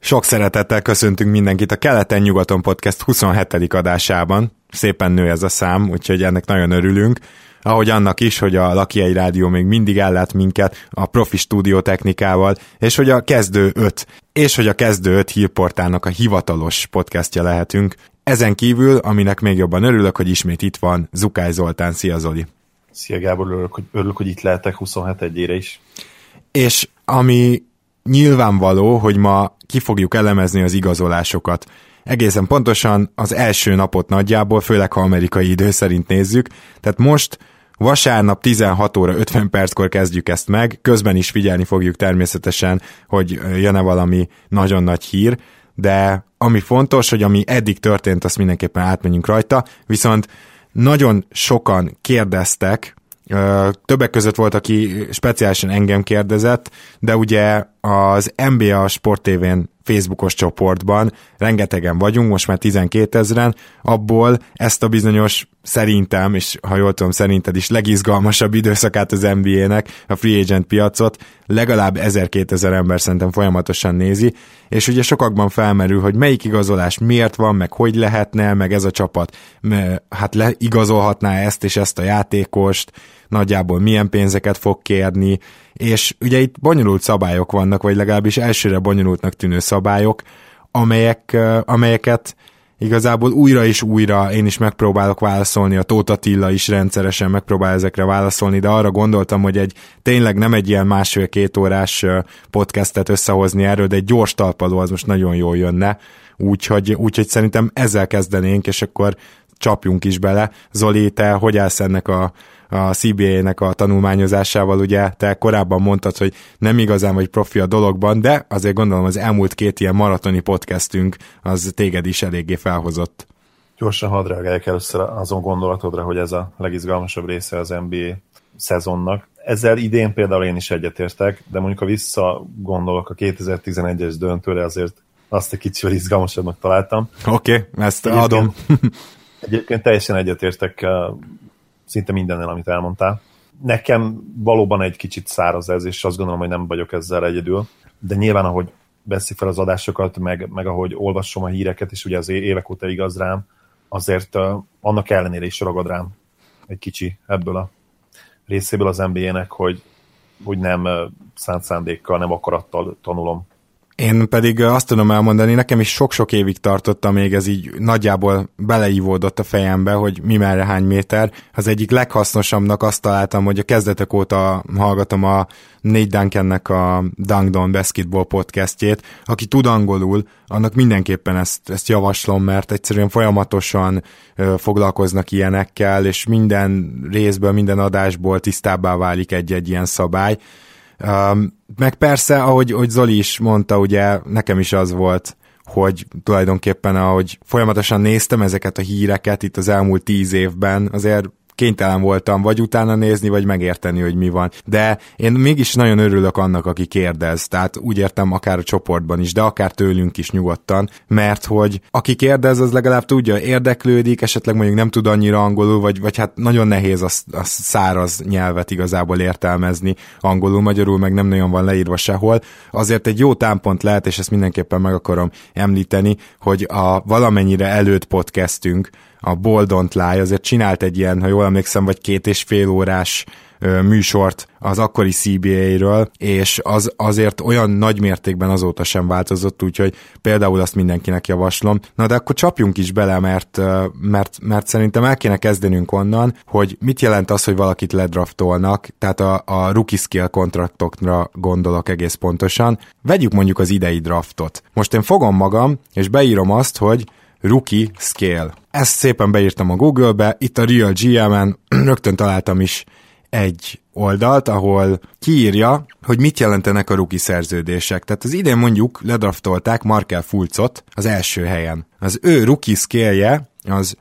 Sok szeretettel köszöntünk mindenkit a Keleten-nyugaton podcast 27. adásában. Szépen nő ez a szám, úgyhogy ennek nagyon örülünk. Ahogy annak is, hogy a Lakiai Rádió még mindig ellát minket a profi stúdiótechnikával, és hogy a Kezdő 5 hírportálnak a hivatalos podcastja lehetünk. Ezen kívül, aminek még jobban örülök, hogy ismét itt van Zukály Zoltán. Szia Zoli! Szia Gábor, örülök, hogy itt lehetek 27-ére is. És ami nyilvánvaló, hogy ma ki fogjuk elemezni az igazolásokat. Egészen pontosan az első napot nagyjából, főleg ha amerikai idő szerint nézzük. Tehát most vasárnap 16 óra 50 perckor kezdjük ezt meg, közben is figyelni fogjuk természetesen, hogy jön-e valami nagyon nagy hír, de ami fontos, hogy ami eddig történt, azt mindenképpen átmenjünk rajta, viszont nagyon sokan kérdeztek, többek között volt, aki speciálisan engem kérdezett, de ugye az NBA Sport TV-n Facebookos csoportban rengetegen vagyunk, most már 12 000-en, abból ezt a bizonyos szerintem, és ha jól tudom, szerinted is legizgalmasabb időszakát az NBA-nek, a free agent piacot, legalább 1000-2000 ember szerintem folyamatosan nézi, és ugye sokakban felmerül, hogy melyik igazolás miért van, meg hogy lehetne, meg ez a csapat hát igazolhatná ezt és ezt a játékost, nagyjából milyen pénzeket fog kérni, és ugye itt bonyolult szabályok vannak, vagy legalábbis elsőre bonyolultnak tűnő szabályok, amelyeket igazából újra és újra én is megpróbálok válaszolni, a Tóth Attila is rendszeresen megpróbál ezekre válaszolni, de arra gondoltam, hogy tényleg nem egy ilyen 1,5-2 órás podcastet összehozni erről, de egy gyors talpaló az most nagyon jól jönne, úgyhogy szerintem ezzel kezdenénk, és akkor csapjunk is bele. Zoli, te hogy állsz ennek a CBA-nek a tanulmányozásával? Ugye te korábban mondtad, hogy nem igazán vagy profi a dologban, de azért gondolom az elmúlt 2 ilyen maratoni podcastünk az téged is eléggé felhozott. Gyorsan hadd reagáljak először azon gondolatodra, hogy ez a legizgalmasabb része az NBA szezonnak. Ezzel idén például én is egyetértek, de mondjuk ha visszagondolok a 2011-es döntőre, azért azt egy kicsivel izgalmasabbnak találtam. Oké, ezt adom. Egyébként teljesen egyetértek szinte mindennel, amit elmondtál. Nekem valóban egy kicsit száraz ez, és azt gondolom, hogy nem vagyok ezzel egyedül, de nyilván, ahogy veszik fel az adásokat, meg ahogy olvasom a híreket, és ugye az évek óta igaz rám, azért annak ellenére is ragad rám egy kicsi ebből a részéből az NBA-nek, hogy nem szánt szándékkal, nem akarattal tanulom. Én pedig azt tudom elmondani, nekem is sok-sok évig tartotta, még ez így nagyjából beleívódott a fejembe, hogy mi merre hány méter. Az egyik leghasznosabbnak azt találtam, hogy a kezdetek óta hallgatom a Nate Duncannek a Dunk Down Basketball podcastjét. Aki tud angolul, annak mindenképpen ezt javaslom, mert egyszerűen folyamatosan foglalkoznak ilyenekkel, és minden részből, minden adásból tisztábbá válik egy ilyen szabály. Meg persze, ahogy Zoli is mondta, ugye nekem is az volt, hogy tulajdonképpen ahogy folyamatosan néztem ezeket a híreket itt az elmúlt 10 évben, azért kénytelen voltam vagy utána nézni, vagy megérteni, hogy mi van. De én mégis nagyon örülök annak, aki kérdez, tehát úgy értem akár a csoportban is, de akár tőlünk is nyugodtan, mert hogy aki kérdez, az legalább tudja, érdeklődik, esetleg mondjuk nem tud annyira angolul, vagy hát nagyon nehéz a száraz nyelvet igazából értelmezni angolul, magyarul meg nem nagyon van leírva sehol. Azért egy jó támpont lehet, és ezt mindenképpen meg akarom említeni, hogy a valamennyire előtt podcastünk, a Ball Don't Lie azért csinált egy ilyen, ha jól emlékszem, vagy 2,5 órás műsort az akkori CBA-ről, és az azért olyan nagy mértékben azóta sem változott, úgyhogy például azt mindenkinek javaslom. Na de akkor csapjunk is bele, mert szerintem el kéne kezdenünk onnan, hogy mit jelent az, hogy valakit ledraftolnak, tehát a rookie skill kontraktokra gondolok egész pontosan. Vegyük mondjuk az idei draftot. Most én fogom magam, és beírom azt, hogy rookie scale. Ezt szépen beírtam a Google-be, itt a Real GM-en rögtön találtam is egy oldalt, ahol kiírja, hogy mit jelentenek a rookie szerződések. Tehát az idén mondjuk ledraftolták Markelle Fultzot az első helyen. Az ő rookie scale-je az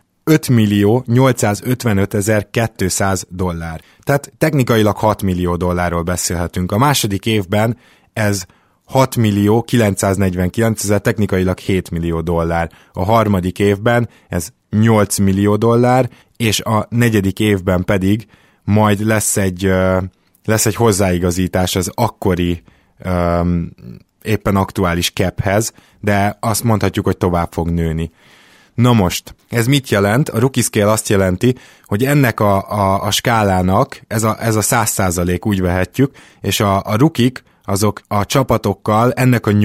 $5.855.200. Tehát technikailag $6 millió beszélhetünk. A második évben ez $6.949.000, technikailag $7 millió. A harmadik évben ez $8 millió, és a negyedik évben pedig majd lesz egy hozzáigazítás az akkori éppen aktuális caphez, de azt mondhatjuk, hogy tovább fog nőni. Na most, ez mit jelent? A rookie scale azt jelenti, hogy ennek a skálának ez a 100% úgy vehetjük, és a rookik azok a csapatokkal ennek a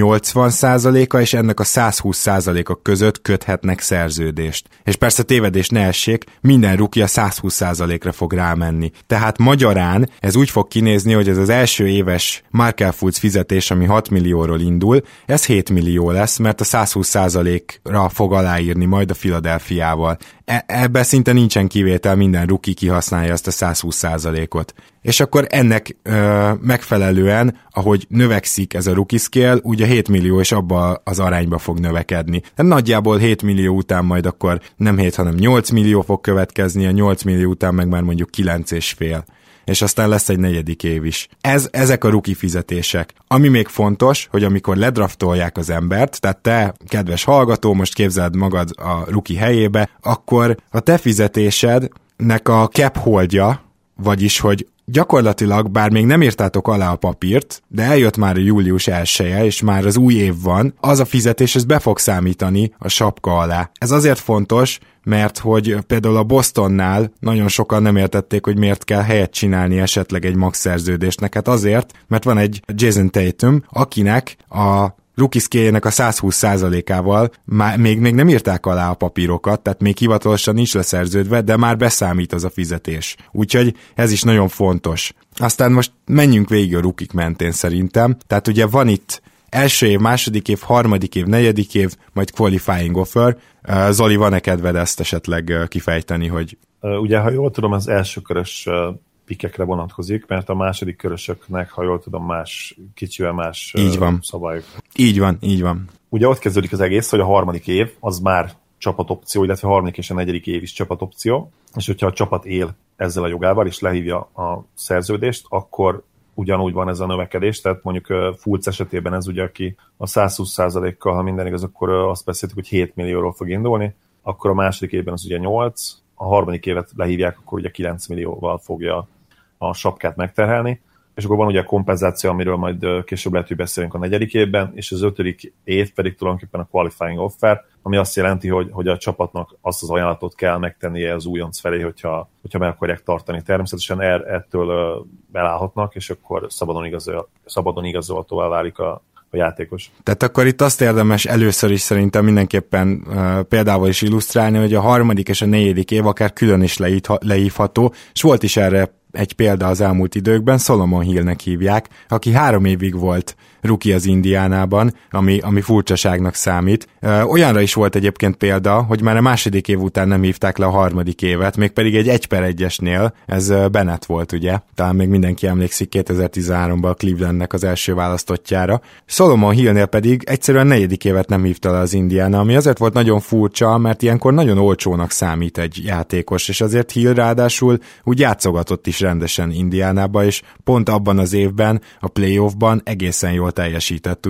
80%-a és ennek a 120%-a között köthetnek szerződést. És persze tévedés ne essék, minden rookie a 120%-ra fog rámenni. Tehát magyarán ez úgy fog kinézni, hogy ez az első éves Markelle Fultz fizetés, ami 6 millióról indul, ez 7 millió lesz, mert a 120%-ra fog aláírni majd a Philadelphiával. Ebben szinte nincsen kivétel, minden rookie kihasználja ezt a 120%-ot. És akkor ennek megfelelően, ahogy növekszik ez a rookie scale, ugye 7 millió is abba az arányba fog növekedni. Tehát nagyjából 7 millió után majd akkor nem 7, hanem 8 millió fog következni, a 8 millió után meg már mondjuk 9,5. És aztán lesz egy negyedik év is. Ezek a rookie fizetések. Ami még fontos, hogy amikor ledraftolják az embert, tehát te, kedves hallgató, most képzeld magad a rookie helyébe, akkor a te fizetésednek a cap holdja, vagyis, hogy gyakorlatilag, bár még nem írtátok alá a papírt, de eljött már a július 1-e, és már az új év van, az a fizetés, ez be fog számítani a sapka alá. Ez azért fontos, mert hogy például a Bostonnál nagyon sokan nem értették, hogy miért kell helyet csinálni esetleg egy max szerződésnek. Hát azért, mert van egy Jason Tatum, akinek a rookie scale-nek a 120%-ával még nem írták alá a papírokat, tehát még hivatalosan nincs leszerződve, de már beszámít az a fizetés. Úgyhogy ez is nagyon fontos. Aztán most menjünk végig a rookik mentén szerintem. Tehát ugye van itt első év, második év, harmadik év, negyedik év, majd qualifying offer. Zoli, van-e kedved ezt esetleg kifejteni, hogy... Ugye, ha jól tudom, az elsőkörös pikekre vonatkozik, mert a második körösöknek, ha jól tudom, kicsivel más szabályok. Így van. Ugye ott kezdődik az egész, hogy a harmadik év az már csapatopció, illetve a harmadik és a negyedik év is csapatopció, és hogyha a csapat él ezzel a jogával, és lehívja a szerződést, akkor ugyanúgy van ez a növekedés, tehát mondjuk Fultz esetében ez ugye, aki a 120%-kal, ha minden igaz, akkor azt beszéltük, hogy 7 millióról fog indulni, akkor a második évben az ugye 8, a harmadik évet lehívják, akkor ugye 9 millióval fogja a sapkát megterhelni, és akkor van ugye a kompenzáció, amiről majd később lehet, hogy beszélünk a negyedik évben, és az ötödik év pedig tulajdonképpen a qualifying offer, ami azt jelenti, hogy a csapatnak azt az ajánlatot kell megtennie az újonc felé, hogyha meg akarják tartani. Természetesen ettől elállhatnak, és akkor szabadon igazolhatóvá válik a játékos. Tehát akkor itt azt érdemes először is szerintem mindenképpen példával is illusztrálni, hogy a harmadik és a negyedik év akár külön is leívható, és volt is erre egy példa az elmúlt időkben, Solomon Hillnek hívják, aki 3 évig volt rookie az Indiánában, ami furcsaságnak számít. Olyanra is volt egyébként példa, hogy már a második év után nem hívták le a harmadik évet, mégpedig egy 1/1-esnél, ez Bennett volt, ugye? Talán még mindenki emlékszik 2013-ban a Clevelandnek az első választottjára. Solomon Hillnél pedig egyszerűen negyedik évet nem hívta le az Indiana, ami azért volt nagyon furcsa, mert ilyenkor nagyon olcsónak számít egy játékos, és azért Hill ráadásul úgy játszogatott is rendesen Indiánába, és pont abban az évben, a playoffban egészen jól teljesített,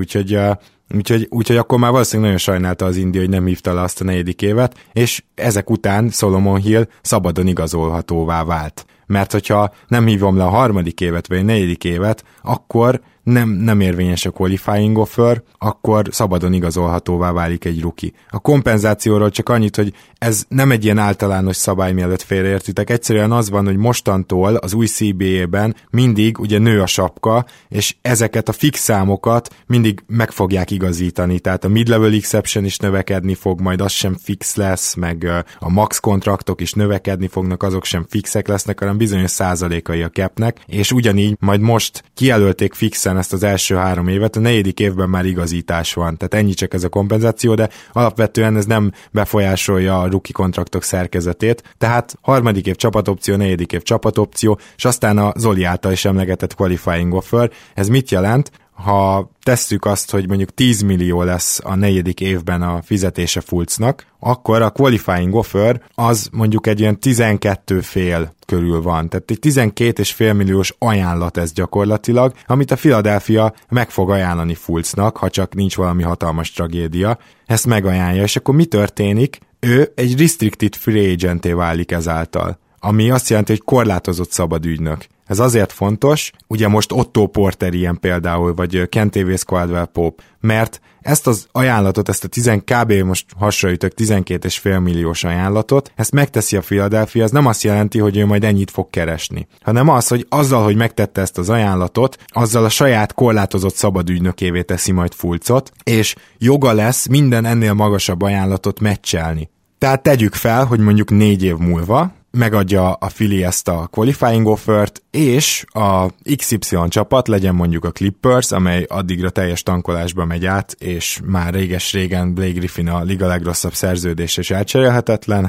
úgyhogy akkor már valószínűleg nagyon sajnálta az India, hogy nem hívta le azt a negyedik évet, és ezek után Solomon Hill szabadon igazolhatóvá vált. Mert hogyha nem hívom le a harmadik évet, vagy a negyedik évet, akkor nem érvényes a qualifying offer, akkor szabadon igazolhatóvá válik egy rookie. A kompenzációról csak annyit, hogy ez nem egy ilyen általános szabály, mielőtt félreértitek. Egyszerűen az van, hogy mostantól az új CBA-ben mindig ugye nő a sapka, és ezeket a fix számokat mindig meg fogják igazítani. Tehát a mid-level exception is növekedni fog, majd az sem fix lesz, meg a max kontraktok is növekedni fognak, azok sem fixek lesznek, hanem bizonyos százalékai a capnek, és ugyanígy majd most kijelölték fixen ezt az első 3 évet, a negyedik évben már igazítás van, tehát ennyi csak ez a kompenzáció, de alapvetően ez nem befolyásolja a rookie kontraktok szerkezetét, tehát harmadik év csapatopció, negyedik év csapatopció, és aztán a Zoli által is emlegetett qualifying offer. Ez mit jelent? Ha tesszük azt, hogy mondjuk 10 millió lesz a negyedik évben a fizetése Fultznak, akkor a qualifying offer az mondjuk egy ilyen 12,5 körül van. Tehát egy 12,5 milliós ajánlat ez gyakorlatilag, amit a Philadelphia meg fog ajánlani Fultznak, ha csak nincs valami hatalmas tragédia. Ezt megajánlja, és akkor mi történik? Ő egy restricted free agenté válik ezáltal, ami azt jelenti, hogy korlátozott szabad ügynök. Ez azért fontos, ugye most Otto Porter ilyen például, vagy Kentavious Caldwell-Pope, mert ezt az ajánlatot, ezt a kb. Most hasonlítok 12,5 milliós ajánlatot, ezt megteszi a Philadelphia, az nem azt jelenti, hogy ő majd ennyit fog keresni, hanem az, hogy azzal, hogy megtette ezt az ajánlatot, azzal a saját korlátozott szabadügynökévé teszi majd Fultzot, és joga lesz minden ennél magasabb ajánlatot meccselni. Tehát tegyük fel, hogy mondjuk 4 év múlva megadja a Philly ezt a qualifying offert, és a XY csapat, legyen mondjuk a Clippers, amely addigra teljes tankolásba megy át, és már réges-régen Blake Griffin a liga legrosszabb szerződés és elcserélhetetlen.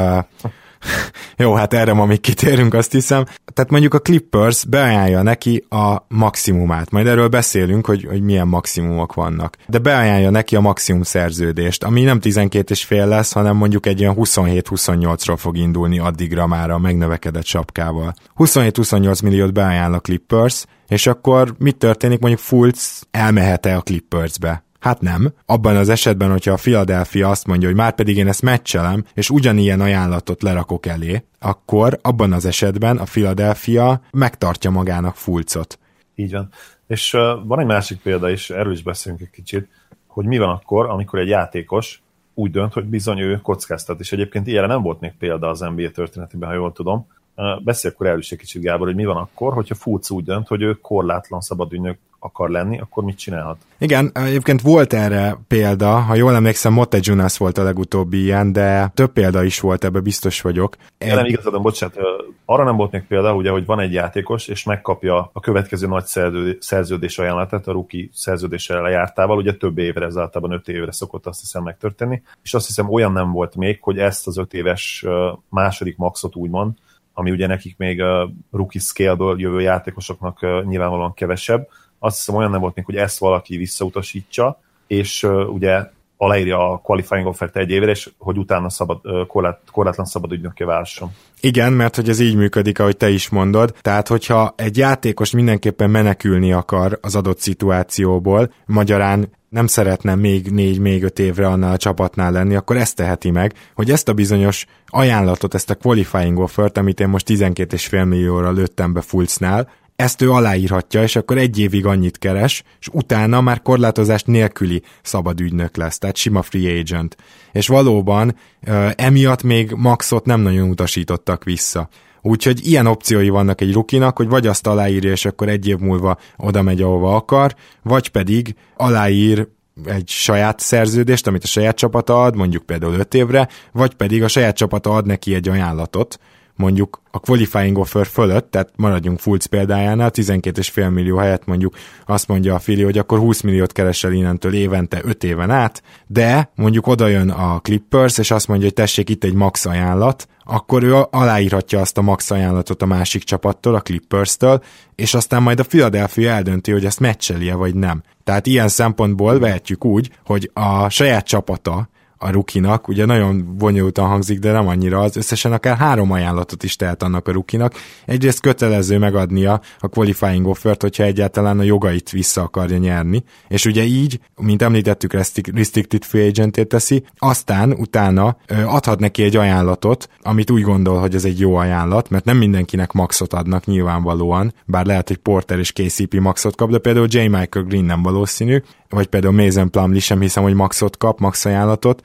Jó, hát erre ma még kitérünk, azt hiszem. Tehát mondjuk a Clippers beajánlja neki a maximumát. Majd erről beszélünk, hogy milyen maximumok vannak. De beajánlja neki a maximum szerződést, ami nem 12,5 lesz, hanem mondjuk egy olyan 27-28-ról fog indulni addigra már a megnövekedett sapkával. 27-28 milliót beajánl a Clippers, és akkor mit történik? Mondjuk Fultz elmehet-e a Clippersbe? Hát nem. Abban az esetben, hogyha a Philadelphia azt mondja, hogy már pedig én ezt meccselem, és ugyanilyen ajánlatot lerakok elé, akkor abban az esetben a Philadelphia megtartja magának Fultzot. Így van. És van egy másik példa is, erről is beszélünk egy kicsit, hogy mi van akkor, amikor egy játékos úgy dönt, hogy bizony ő kockáztat, és egyébként ilyenre nem volt még példa az NBA történetében, ha jól tudom. Beszélj akkor el is egy kicsit, Gábor, hogy mi van akkor, hogyha Fultz úgy dönt, hogy ő korlátlan szabadügynök akar lenni, akkor mit csinálhat? Igen, egyébként volt erre példa, ha jól emlékszem, Motte Jonas volt a legutóbbi ilyen, de több példa is volt, ebbe biztos vagyok. Nem igazadom, bocsánat, arra nem volt még példa, ugye, hogy van egy játékos, és megkapja a következő nagy szerződés ajánlatát a rookie szerződéssel lejártával, ugye több évre, ez általában 5 évre szokott azt hiszem megtörténni, és azt hiszem olyan nem volt még, hogy ezt az 5 éves második maxot úgymond, ami ugye nekik még a rookie scale-ből jövő játékosoknak nyilvánvalóan kevesebb, azt hiszem olyan nem volt még, hogy ezt valaki visszautasítsa, és ugye aláírja a qualifying offert 1 évre, és hogy utána korlátlan szabadügynökké válson. Igen, mert hogy ez így működik, ahogy te is mondod. Tehát, hogyha egy játékos mindenképpen menekülni akar az adott szituációból, magyarán nem szeretne még 4, még 5 évre annál a csapatnál lenni, akkor ezt teheti meg, hogy ezt a bizonyos ajánlatot, ezt a qualifying offert, amit én most 12,5 millióra lőttem be Fultznál, ezt ő aláírhatja, és akkor 1 évig annyit keres, és utána már korlátozás nélküli szabad ügynök lesz, tehát sima free agent. És valóban emiatt még maxot nem nagyon utasítottak vissza. Úgyhogy ilyen opciói vannak egy rukinak, hogy vagy azt aláírja, és akkor 1 év múlva oda megy, ahova akar, vagy pedig aláír egy saját szerződést, amit a saját csapata ad, mondjuk például 5 évre, vagy pedig a saját csapata ad neki egy ajánlatot, mondjuk a qualifying offer fölött, tehát maradjunk Fultz példájánál, 12,5 millió helyett mondjuk azt mondja a Philly, hogy akkor 20 milliót keresel innentől évente 5 éven át, de mondjuk oda jön a Clippers, és azt mondja, hogy tessék, itt egy max ajánlat, akkor ő aláírhatja azt a max ajánlatot a másik csapattól, a Clippers-től, és aztán majd a Philadelphia eldönti, hogy ezt meccseli-e vagy nem. Tehát ilyen szempontból vehetjük úgy, hogy a saját csapata a rukinak, ugye nagyon bonyolultan hangzik, de nem annyira, az összesen akár 3 ajánlatot is tehet annak a rukinak. Egyrészt kötelező megadnia a qualifying offert, hogyha egyáltalán a jogait vissza akarja nyerni, és ugye így, mint említettük, restricted free agent-ét teszi, aztán utána adhat neki egy ajánlatot, amit úgy gondol, hogy ez egy jó ajánlat, mert nem mindenkinek maxot adnak nyilvánvalóan, bár lehet, hogy Porter és KCP maxot kap, de például J. Michael Green nem valószínű, vagy például Mason Plumlee sem hiszem, hogy maxot kap, max ajánlatot,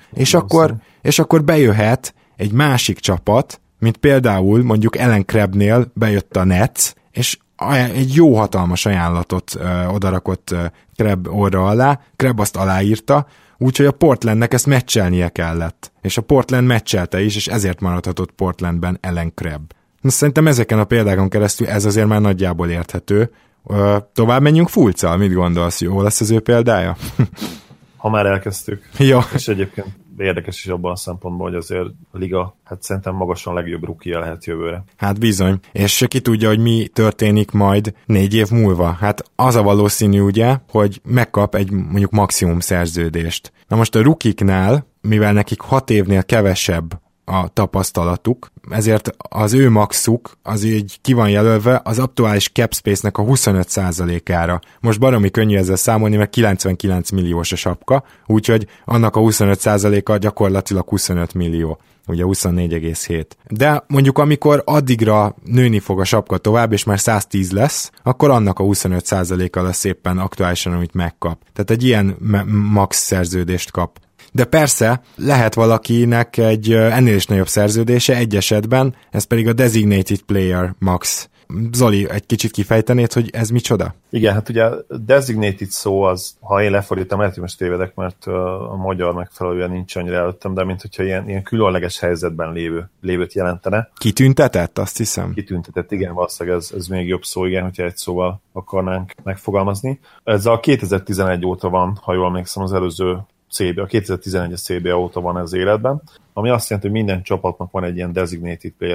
és akkor bejöhet egy másik csapat, mint például mondjuk Ellen Crabbnél bejött a Nets, és egy jó hatalmas ajánlatot odarakott Crabb orra alá, Crabb azt aláírta, úgyhogy a Portlandnek ezt meccselnie kellett. És a Portland meccselte is, és ezért maradhatott Portlandben Ellen Crabb. Na, szerintem ezeken a példákon keresztül ez azért már nagyjából érthető. Tovább menjünk Fultzzal, mit gondolsz? Jó lesz az ő példája? Ha már elkezdtük. Ja. És egyébként érdekes is abban a szempontból, hogy azért a liga, hát szerintem magasan legjobb rookie lehet jövőre. Hát bizony. És ki tudja, hogy mi történik majd 4 év múlva. Hát az a valószínű ugye, hogy megkap egy mondjuk maximum szerződést. Na most a rookiknál, mivel nekik 6 évnél kevesebb a tapasztalatuk, ezért az ő maxuk az így ki van jelölve az aktuális cap space-nek a 25%-ára. Most baromi könnyű ezzel számolni, mert 99 milliós a sapka, úgyhogy annak a 25%-a gyakorlatilag 25 millió. Ugye 24,7. De mondjuk amikor addigra nőni fog a sapka tovább, és már 110 lesz, akkor annak a 25%-a lesz éppen aktuálisan, amit megkap. Tehát egy ilyen max szerződést kap. De persze lehet valakinek egy ennél is nagyobb szerződése egy esetben, ez pedig a Designated Player Max. Zoli, egy kicsit kifejtenéd, hogy ez micsoda? Igen, hát ugye a designated szó az, ha én lefordítom, lehet, hogy most tévedek, mert a magyar megfelelően nincs annyira előttem, de mint hogyha ilyen különleges helyzetben lévőt jelentene. Kitüntetett, azt hiszem? Kitüntetett, igen, valószínűleg ez még jobb szó, igen, hogyha egy szóval akarnánk megfogalmazni. Ez a 2011 óta van, ha jól emlékszem, az előző CBA, a 2011-es CBA óta van ez életben, ami azt jelenti, hogy minden csapatnak van egy ilyen designated player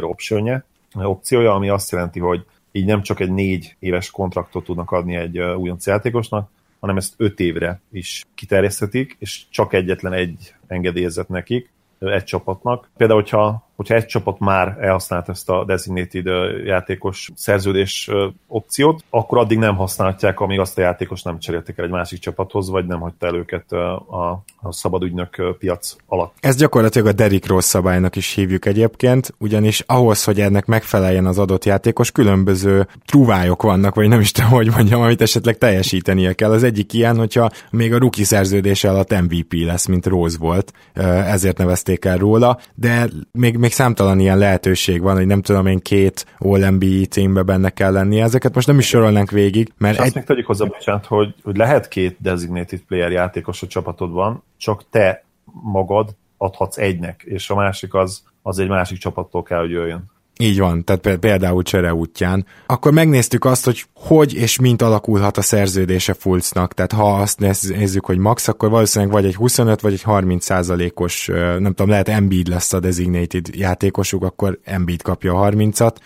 opciója, ami azt jelenti, hogy így nem csak egy 4 éves kontraktot tudnak adni egy újonc játékosnak, hanem ezt 5 évre is kiterjeszthetik, és csak egyetlen egy engedélyezett nekik, egy csapatnak. Például, hogyha egy csapat már elhasznált ezt a designated játékos szerződés opciót, akkor addig nem használhatják, amíg azt a játékos nem cserélték el egy másik csapathoz, vagy nem hagyta el őket a szabadügynök piac alatt. Ez gyakorlatilag a Derrick Rose szabálynak is hívjuk egyébként, ugyanis ahhoz, hogy ennek megfeleljen az adott játékos, különböző truvályok vannak, vagy nem is tudom, hogy mondjam, amit esetleg teljesítenie kell. Az egyik ilyen, hogyha még a rookie szerződése alatt MVP lesz, mint Rose volt, ezért nevezték el róla, de még számtalan ilyen lehetőség van, hogy nem tudom én 2 All-NBA teambe benne kell lennie. Ezeket most nem is sorolnánk végig, mert... Azt még tegyük hozzá, bocsánat, hogy lehet 2 designated player játékos a csapatodban, csak te magad adhatsz egynek, és a másik az egy másik csapattól kell, hogy jöjjön. Így van, tehát például csere útján. Akkor megnéztük azt, hogy és mint alakulhat a szerződése Fultznak. Tehát ha azt nézzük, hogy max, akkor valószínűleg vagy egy 25 vagy egy 30%-os, nem tudom, lehet Embiid lesz a designated játékosuk, akkor Embiid kapja a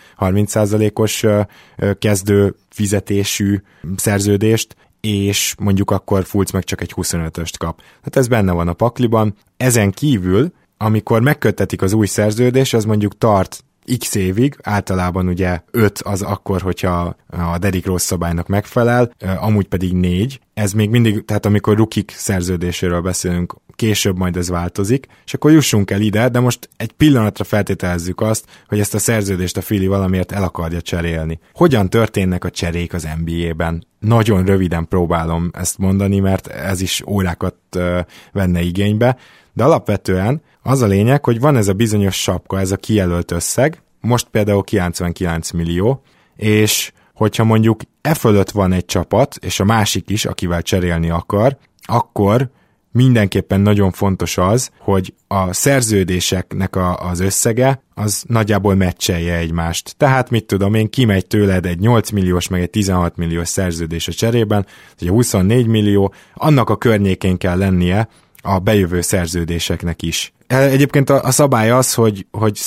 30%-os kezdő fizetésű szerződést, és mondjuk akkor Fultz meg csak egy 25-öst kap. Tehát ez benne van a pakliban. Ezen kívül, amikor megköttetik az új szerződést, az mondjuk tart X évig, általában ugye 5 az akkor, hogyha a Derrick Rose szabálynak megfelel, amúgy pedig 4. Ez még mindig, tehát amikor rukik szerződéséről beszélünk, később majd ez változik, és akkor jussunk el ide, de most egy pillanatra feltételezzük azt, hogy ezt a szerződést a Philly valamiért el akarja cserélni. Hogyan történnek a cserék az NBA-ben? Nagyon röviden próbálom ezt mondani, mert ez is órákat venne igénybe, de alapvetően az a lényeg, hogy van ez a bizonyos sapka, ez a kijelölt összeg, most például 99 millió, és hogyha mondjuk e fölött van egy csapat, és a másik is, akivel cserélni akar, akkor mindenképpen nagyon fontos az, hogy a szerződéseknek az összege az nagyjából meccselje egymást. Tehát mit tudom én, kimegy tőled egy 8 milliós, meg egy 16 milliós szerződés a cserében, ugye 24 millió, annak a környékén kell lennie a bejövő szerződéseknek is. Egyébként a szabály az, hogy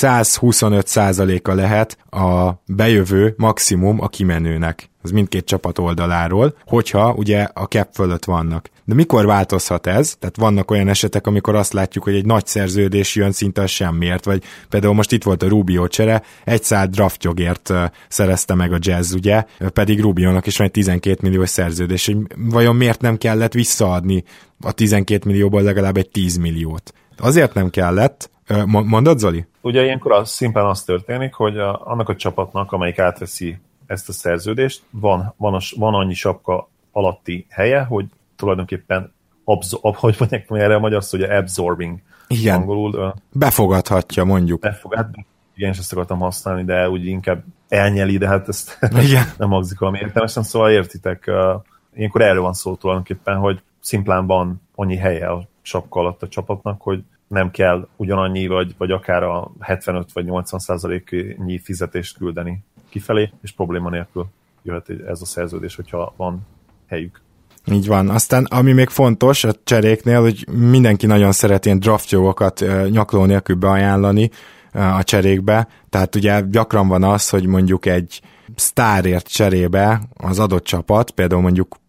125%-a lehet a bejövő maximum a kimenőnek. Az mindkét csapat oldaláról, hogyha ugye a cap fölött vannak. De mikor változhat ez? Tehát vannak olyan esetek, amikor azt látjuk, hogy egy nagy szerződés jön szinte a semmiért, vagy például most itt volt a Rubio csere, egy szál draftjogért szerezte meg a Jazz, ugye, pedig Rubionak is van egy 12 milliós szerződés, hogy vajon miért nem kellett visszaadni a 12 millióból legalább egy 10 milliót? Azért nem kellett. Mondod, Zoli? Ugye ilyenkor szimplán az történik, hogy annak a csapatnak, amelyik átveszi ezt a szerződést, van annyi sapka alatti helye, hogy tulajdonképpen hogy mondják erre a magyar szó, hogy absorbing. Igen, angolul. Befogadhatja, mondjuk. Igen, és ezt akartam használni, de úgy inkább elnyeli, de hát ezt nem hangzik valami értelmesen, szóval értitek. Ilyenkor erről van szó tulajdonképpen, hogy szimplán van annyi helye a sapka alatt a csapatnak, hogy nem kell ugyanannyi, vagy akár a 75 vagy 80%-nyi fizetést küldeni kifelé, és probléma nélkül jöhet ez a szerződés, hogyha van helyük. Így van. Aztán ami még fontos a cseréknél, hogy mindenki nagyon szeret ilyen draftjogokat nyakló nélkül beajánlani a cserékbe, tehát ugye gyakran van az, hogy mondjuk egy sztárért cserébe az adott csapat, például mondjuk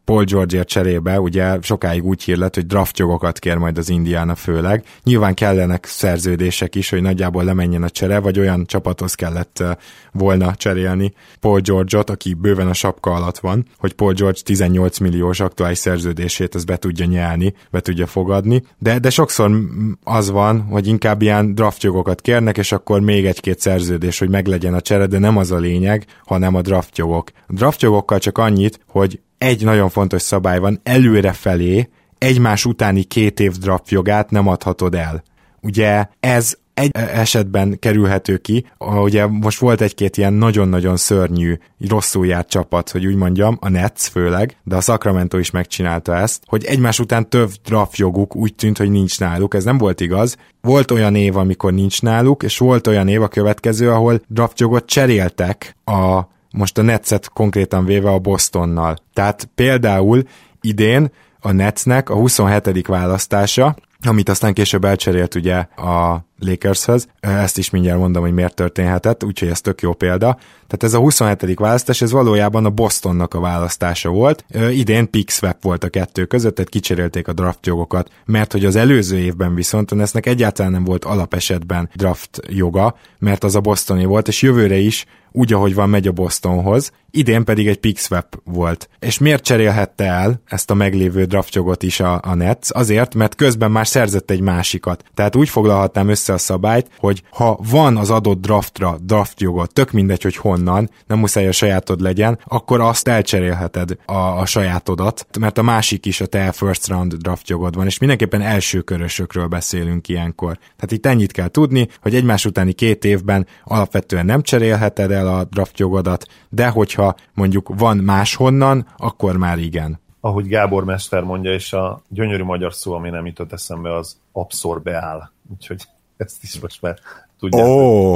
Paul George-ért cserébe, ugye sokáig úgy hír lett, hogy draftjogokat kér majd az Indiana főleg. Nyilván kellenek szerződések is, hogy nagyjából lemenjen a csere, vagy olyan csapathoz kellett volna cserélni Paul George-ot, aki bőven a sapka alatt van, hogy Paul George 18 milliós aktuális szerződését ezt be tudja nyelni, be tudja fogadni, de sokszor az van, hogy inkább ilyen draftjogokat kérnek, és akkor még egy-két szerződés, hogy meglegyen a csere, de nem az a lényeg, hanem a draftjogok. A draftjogokkal csak annyit, hogy egy nagyon fontos szabály van, előrefelé egymás utáni 2 év draftjogát nem adhatod el. Ugye ez egy esetben kerülhető ki, ugye most volt egy-két ilyen nagyon-nagyon szörnyű, rosszul járt csapat, hogy úgy mondjam, a Nets főleg, de a Sacramento is megcsinálta ezt, hogy egymás után több draftjoguk úgy tűnt, hogy nincs náluk, ez nem volt igaz. Volt olyan év, amikor nincs náluk, és volt olyan év a következő, ahol draftjogot cseréltek most a Netset konkrétan véve a Bostonnal. Tehát például idén a Netsnek a 27. választása, amit aztán később elcserélt ugye a Lakershöz, ezt is mindjárt mondom, hogy miért történhetett, úgyhogy ez tök jó példa. Tehát ez a 27. választás, ez valójában a Bostonnak a választása volt. Idén pick swap volt a 2 között, tehát kicserélték a draftjogokat, mert hogy az előző évben viszont a Netsnek egyáltalán nem volt alapesetben draft joga, mert az a Bostoni volt, és jövőre is úgy, ahogy van, megy a Bostonhoz, idén pedig egy pick swap volt. És miért cserélhette el ezt a meglévő draftjogot is a Nets? Azért, mert közben már szerzett egy másikat. Tehát úgy foglalhatnám össze a szabályt, hogy ha van az adott draftra draftjogod, tök mindegy, hogy honnan, nem muszáj a sajátod legyen, akkor azt elcserélheted a sajátodat, mert a másik is a te first round draftjogod van, és mindenképpen első körösökről beszélünk ilyenkor. Tehát itt ennyit kell tudni, hogy egymás utáni 2 évben alapvetően nem cserélheted el a draftjogodat, de hogyha mondjuk van máshonnan, akkor már igen. Ahogy Gábor Mester mondja, és a gyönyörű magyar szó, ami nem jutott eszembe, az abszorbeál. Úgyhogy ezt is most már tudjátok.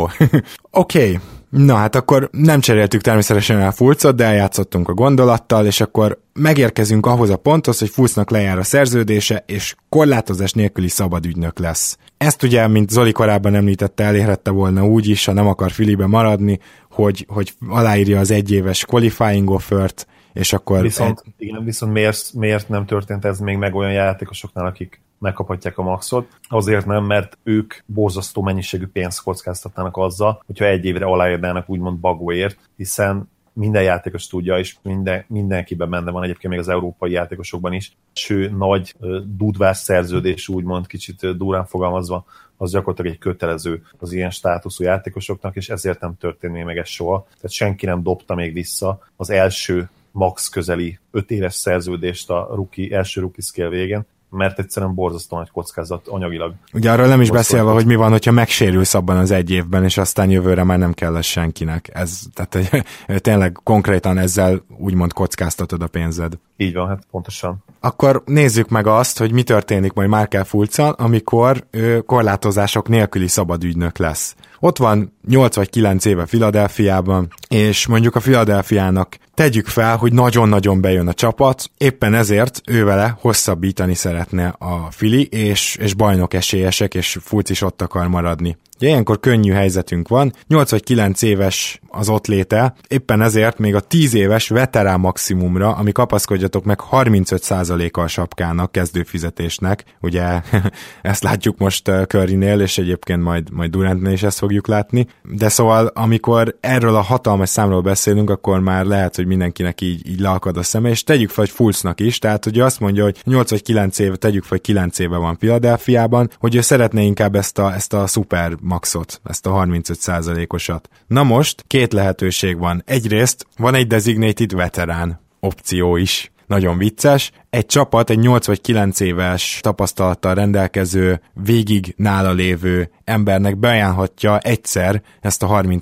Oké. Na hát akkor nem cseréltük természetesen el Fulcot, de eljátszottunk a gondolattal, és akkor megérkezünk ahhoz a ponthoz, hogy Fulcnak lejár a szerződése, és korlátozás nélküli szabad ügynök lesz. Ezt ugye, mint Zoli korábban említette, elérhette volna úgy is, ha nem akar Phillybe maradni, hogy aláírja az 1 éves qualifying offert, és akkor... Viszont miért nem történt ez még meg olyan játékosoknál, akik megkaphatják a maxot? Azért nem, mert ők borzasztó mennyiségű pénzt kockáztatnának azzal, hogyha 1 évre aláírnának úgymond bagóért, hiszen minden játékos tudja, és mindenkiben benne van, egyébként még az európai játékosokban is, ső nagy dudvás szerződés, úgymond kicsit durán fogalmazva, az gyakorlatilag egy kötelező az ilyen státuszú játékosoknak, és ezért nem történik meg ez soha. Tehát senki nem dobta még vissza az első max közeli 5 éves szerződést a első rookie scale végén, mert egyszerűen borzasztó nagy kockázat anyagilag. Ugye arról nem is beszélve, hogy mi van, hogyha megsérülsz abban az 1 évben, és aztán jövőre már nem kell ez senkinek. Tehát tényleg konkrétan ezzel úgymond kockáztatod a pénzed. Így van, hát pontosan. Akkor nézzük meg azt, hogy mi történik majd Markelle Fultzzal, amikor korlátozások nélküli szabad ügynök lesz. Ott van 8 vagy 9 éve Philadelphiában, és mondjuk a Philadelphiának tegyük fel, hogy nagyon-nagyon bejön a csapat, éppen ezért ővele hosszabbítani szeretne a Philly, és bajnok esélyesek, és Fultz is ott akar maradni. Ugye ilyenkor könnyű helyzetünk van, 8 vagy 9 éves az ott léte, éppen ezért még a 10 éves veterán maximumra, ami kapaszkodjatok meg 35%-a a sapkának, kezdőfizetésnek, ugye ezt látjuk most Currynél, és egyébként majd Durantnél is ezt fogjuk látni, de szóval amikor erről a hatalmas számról beszélünk, akkor már lehet, hogy mindenkinek így leakad a szeme, és tegyük fel, hogy Fultznak is, tehát hogy azt mondja, hogy 8 vagy 9 éve, tegyük fel, hogy 9 éve van Philadelphiában, hogy ő szeretné inkább ezt a szuper maxot, ezt a 35%-osat. Na most 2 lehetőség van. Egyrészt van egy designated veterán opció is. Nagyon vicces. Egy csapat, egy 8 vagy 9 éves tapasztalattal rendelkező, végig nála lévő embernek beajánlhatja egyszer ezt a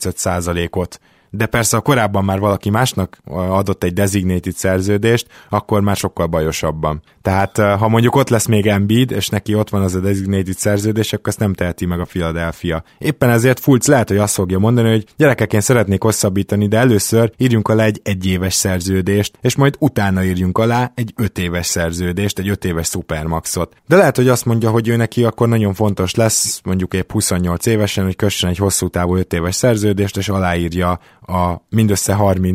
35%-ot. De persze, ha korábban már valaki másnak adott egy designated szerződést, akkor már sokkal bajosabban. Tehát ha mondjuk ott lesz még Embiid, és neki ott van az a designated szerződés, akkor ezt nem teheti meg a Philadelphia. Éppen ezért Fultz lehet, hogy azt fogja mondani, hogy gyerekek, én szeretnék hosszabbítani, de először írjunk alá egy 1 éves szerződést, és majd utána írjunk alá egy 5 éves szerződést, egy 5 éves szupermaxot. De lehet, hogy azt mondja, hogy ő neki akkor nagyon fontos lesz, mondjuk épp 28 évesen, hogy kössön egy hosszú távú 5 éves szerződést, és aláírja a mindössze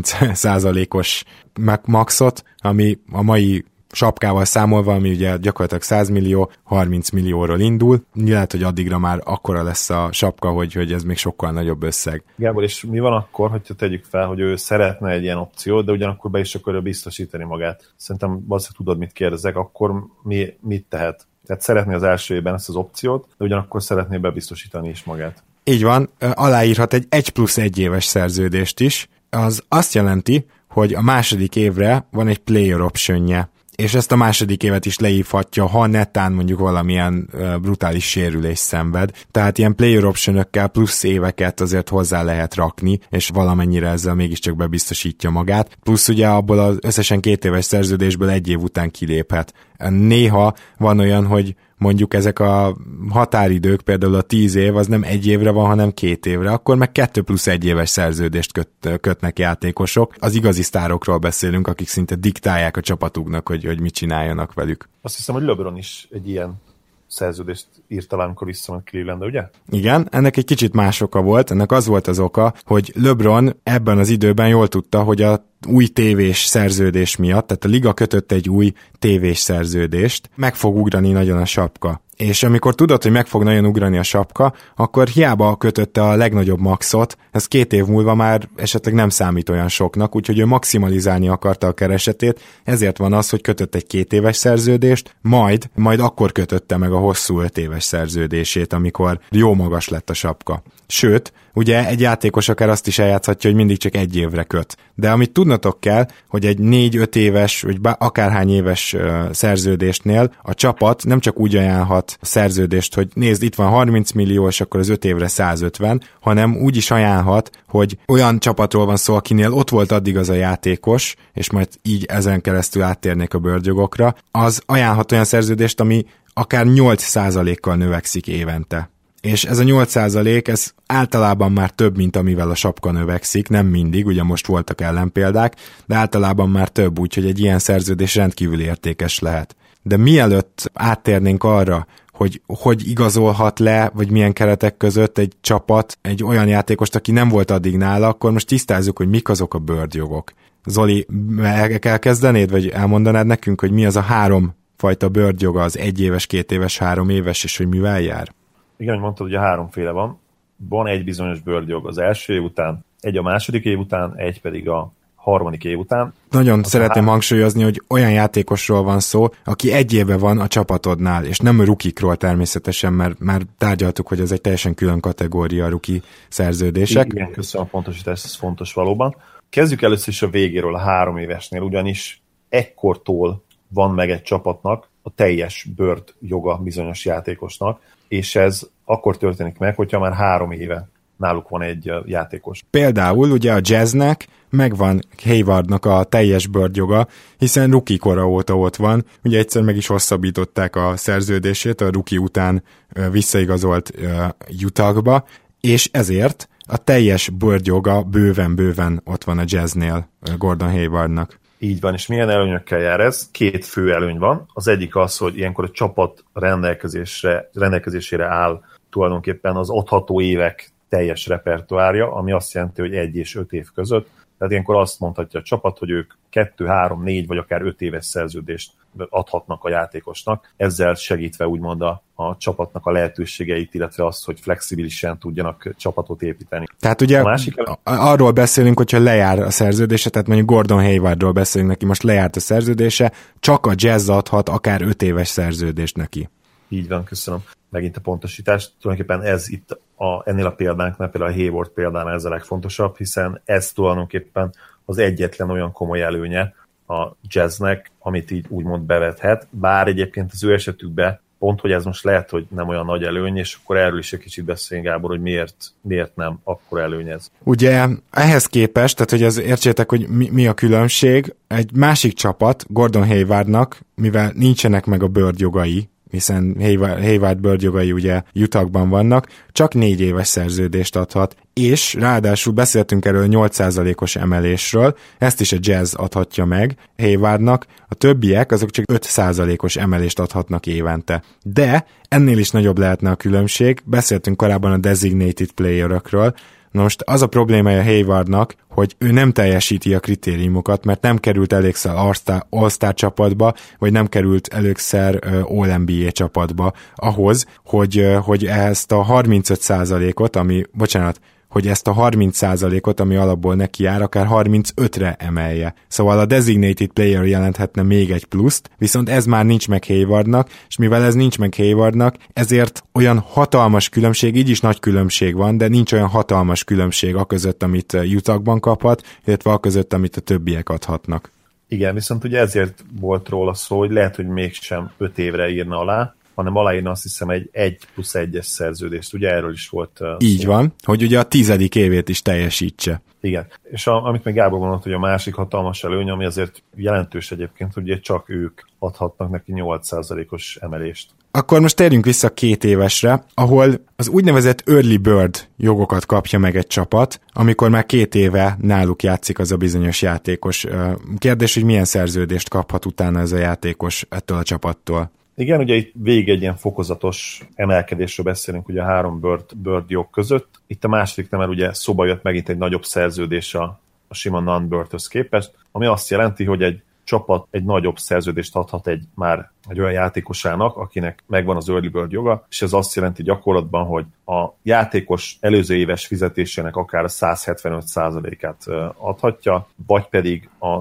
30%-os maxot, ami a mai sapkával számolva, ami ugye gyakorlatilag 100 millió, 30 millióról indul. Lehet, hogy addigra már akkora lesz a sapka, hogy ez még sokkal nagyobb összeg. Gábor, és mi van akkor, hogyha tegyük fel, hogy ő szeretne egy ilyen opciót, de ugyanakkor be is akarja biztosítani magát? Szerintem valószínűleg tudod, mit kérdezek, akkor mit tehet? Tehát szeretné az első évben ezt az opciót, de ugyanakkor szeretné bebiztosítani is magát. Így van, aláírhat egy 1+1 éves szerződést is. Az azt jelenti, hogy a második évre van egy player optionje, és ezt a második évet is leívhatja, ha netán mondjuk valamilyen brutális sérülés szenved. Tehát ilyen player optionökkel plusz éveket azért hozzá lehet rakni, és valamennyire ezzel mégiscsak bebiztosítja magát. Plusz ugye abból az összesen 2 éves szerződésből 1 év után kiléphet. Néha van olyan, hogy mondjuk ezek a határidők, például a 10 év, az nem 1 évre van, hanem 2 évre, akkor meg 2+1 éves szerződést kötnek játékosok. Az igazi sztárokról beszélünk, akik szinte diktálják a csapatuknak, hogy mit csináljanak velük. Azt hiszem, hogy LeBron is egy ilyen szerződést írt talán, amikor visszament Clevelandbe, ugye? Igen, ennek egy kicsit más oka volt, ennek az volt az oka, hogy LeBron ebben az időben jól tudta, hogy a új tévés szerződés miatt, tehát a liga kötött egy új tévés szerződést, meg fog ugrani nagyon a sapka. És amikor tudod, hogy meg fog nagyon ugrani a sapka, akkor hiába kötötte a legnagyobb maxot, ez 2 év múlva már esetleg nem számít olyan soknak, úgyhogy ő maximalizálni akarta a keresetét, ezért van az, hogy kötött egy 2 éves szerződést, majd akkor kötötte meg a hosszú 5 éves szerződését, amikor jó magas lett a sapka. Sőt, ugye egy játékos akár azt is eljátszhatja, hogy mindig csak 1 évre köt. De amit tudnotok kell, hogy egy 4-5 éves, vagy akárhány éves szerződésnél a csapat nem csak úgy ajánlhat a szerződést, hogy nézd, itt van 30 millió, és akkor az 5 évre 150, hanem úgy is ajánlhat, hogy olyan csapatról van szó, akinél ott volt addig az a játékos, és majd így ezen keresztül áttérnék a bőrgyogokra, az ajánlhat olyan szerződést, ami akár 8%-kal növekszik évente. És ez a 8% ez általában már több, mint amivel a sapka növekszik, nem mindig, ugye most voltak ellenpéldák, de általában már több, úgyhogy egy ilyen szerződés rendkívül értékes lehet. De mielőtt áttérnénk arra, hogy igazolhat le, vagy milyen keretek között egy csapat egy olyan játékost, aki nem volt addig nála, akkor most tisztázzuk, hogy mik azok a bird-jogok. Zoli, elkezdenéd, vagy elmondanád nekünk, hogy mi az a 3 fajta bird-joga, az 1 éves, 2 éves, 3 éves, és hogy mivel jár? Igen, hogy mondtad, ugye 3 féle van. Van egy bizonyos bird-jog az első év után, egy a második év után, egy pedig a harmadik év után. Nagyon szeretném hangsúlyozni, hogy olyan játékosról van szó, aki 1 éve van a csapatodnál, és nem a rukikról természetesen, mert már tárgyaltuk, hogy ez egy teljesen külön kategória a ruki szerződések. Igen, köszönöm a pontosítást, ez fontos valóban. Kezdjük először is a végéről, a 3 évesnél, ugyanis ekkortól van meg egy csapatnak a teljes bird joga bizonyos játékosnak, és ez akkor történik meg, hogyha már 3 éve náluk van egy játékos. Például ugye a Jazznek megvan Haywardnak a teljes bird joga, hiszen rookie kora óta ott van, ugye egyszer meg is hosszabbították a szerződését, a rookie után visszaigazolt Utahba, és ezért a teljes bird joga bőven ott van a Jazznél Gordon Haywardnak. Így van, és milyen előnyökkel jár ez? 2 fő előny van. Az egyik az, hogy ilyenkor a csapat rendelkezésére áll tulajdonképpen az adható évek teljes repertoárja, ami azt jelenti, hogy 1 és 5 év között. Tehát ilyenkor azt mondhatja a csapat, hogy ők 2, 3, 4 vagy akár 5 éves szerződést adhatnak a játékosnak, ezzel segítve úgymond a csapatnak a lehetőségeit, illetve azt, hogy flexibilisen tudjanak csapatot építeni. Tehát ugye arról beszélünk, hogyha lejár a szerződése, tehát mondjuk Gordon Haywardról beszélünk, neki most lejárt a szerződése, csak a Jazz adhat akár 5 éves szerződést neki. Így van, köszönöm. Megint a pontosítást. Tulajdonképpen ez itt ennél a példánknál, például a Hayward példánál ez a legfontosabb, hiszen ez tulajdonképpen az egyetlen olyan komoly előnye a Jazznek, amit így úgymond bevethet, bár egyébként az ő esetükben pont, hogy ez most lehet, hogy nem olyan nagy előny, és akkor erről is egy kicsit beszéljünk, Gábor, hogy miért nem akkor előny ez. Ugye ehhez képest, tehát hogy ez értsétek, hogy mi a különbség, egy másik csapat, Gordon Haywardnak, mivel nincsenek meg a bird jogai, hiszen Hayward bird jogai ugye Utahban vannak, csak 4 éves szerződést adhat, és ráadásul beszéltünk erről 8%-os emelésről, ezt is a Jazz adhatja meg Haywardnak, a többiek azok csak 5%-os emelést adhatnak évente. De ennél is nagyobb lehetne a különbség, beszéltünk korábban a designated playerökről, Na most az a problémája Haywardnak, hogy ő nem teljesíti a kritériumokat, mert nem került elégszer All-Star csapatba, vagy nem került elégszer All-NBA csapatba ahhoz, hogy ezt a 35%-ot, hogy ezt a 30%-ot, ami alapból neki jár, akár 35-re emelje. Szóval a designated player jelenthetne még egy pluszt, viszont ez már nincs meg Haywardnak, és mivel ez nincs meg Haywardnak, ezért olyan hatalmas különbség, így is nagy különbség van, de nincs olyan hatalmas különbség a között, amit Utahban kaphat, illetve a között, amit a többiek adhatnak. Igen, viszont ugye ezért volt róla szó, hogy lehet, hogy mégsem 5 évre írna alá, hanem aláírna azt hiszem egy 1+1-es szerződést. Ugye erről is volt szó. Így van, hogy ugye a 10. évét is teljesítse. Igen, és amit még Gábor mondott, hogy a másik hatalmas előny, ami azért jelentős egyébként, hogy ugye csak ők adhatnak neki 8%-os emelést. Akkor most térjünk vissza 2 évesre, ahol az úgynevezett early bird jogokat kapja meg egy csapat, amikor már 2 éve náluk játszik az a bizonyos játékos. Kérdés, hogy milyen szerződést kaphat utána ez a játékos ettől a csapattól. Igen, ugye itt végig egy ilyen fokozatos emelkedésről beszélünk ugye a 3 bird jog között. Itt a második nem, ugye szóba jött megint egy nagyobb szerződés a sima non-birdhöz képest, ami azt jelenti, hogy egy csapat egy nagyobb szerződést adhat egy olyan játékosának, akinek megvan az early bird joga, és ez azt jelenti gyakorlatban, hogy a játékos előző éves fizetésének akár a 175%-át adhatja, vagy pedig a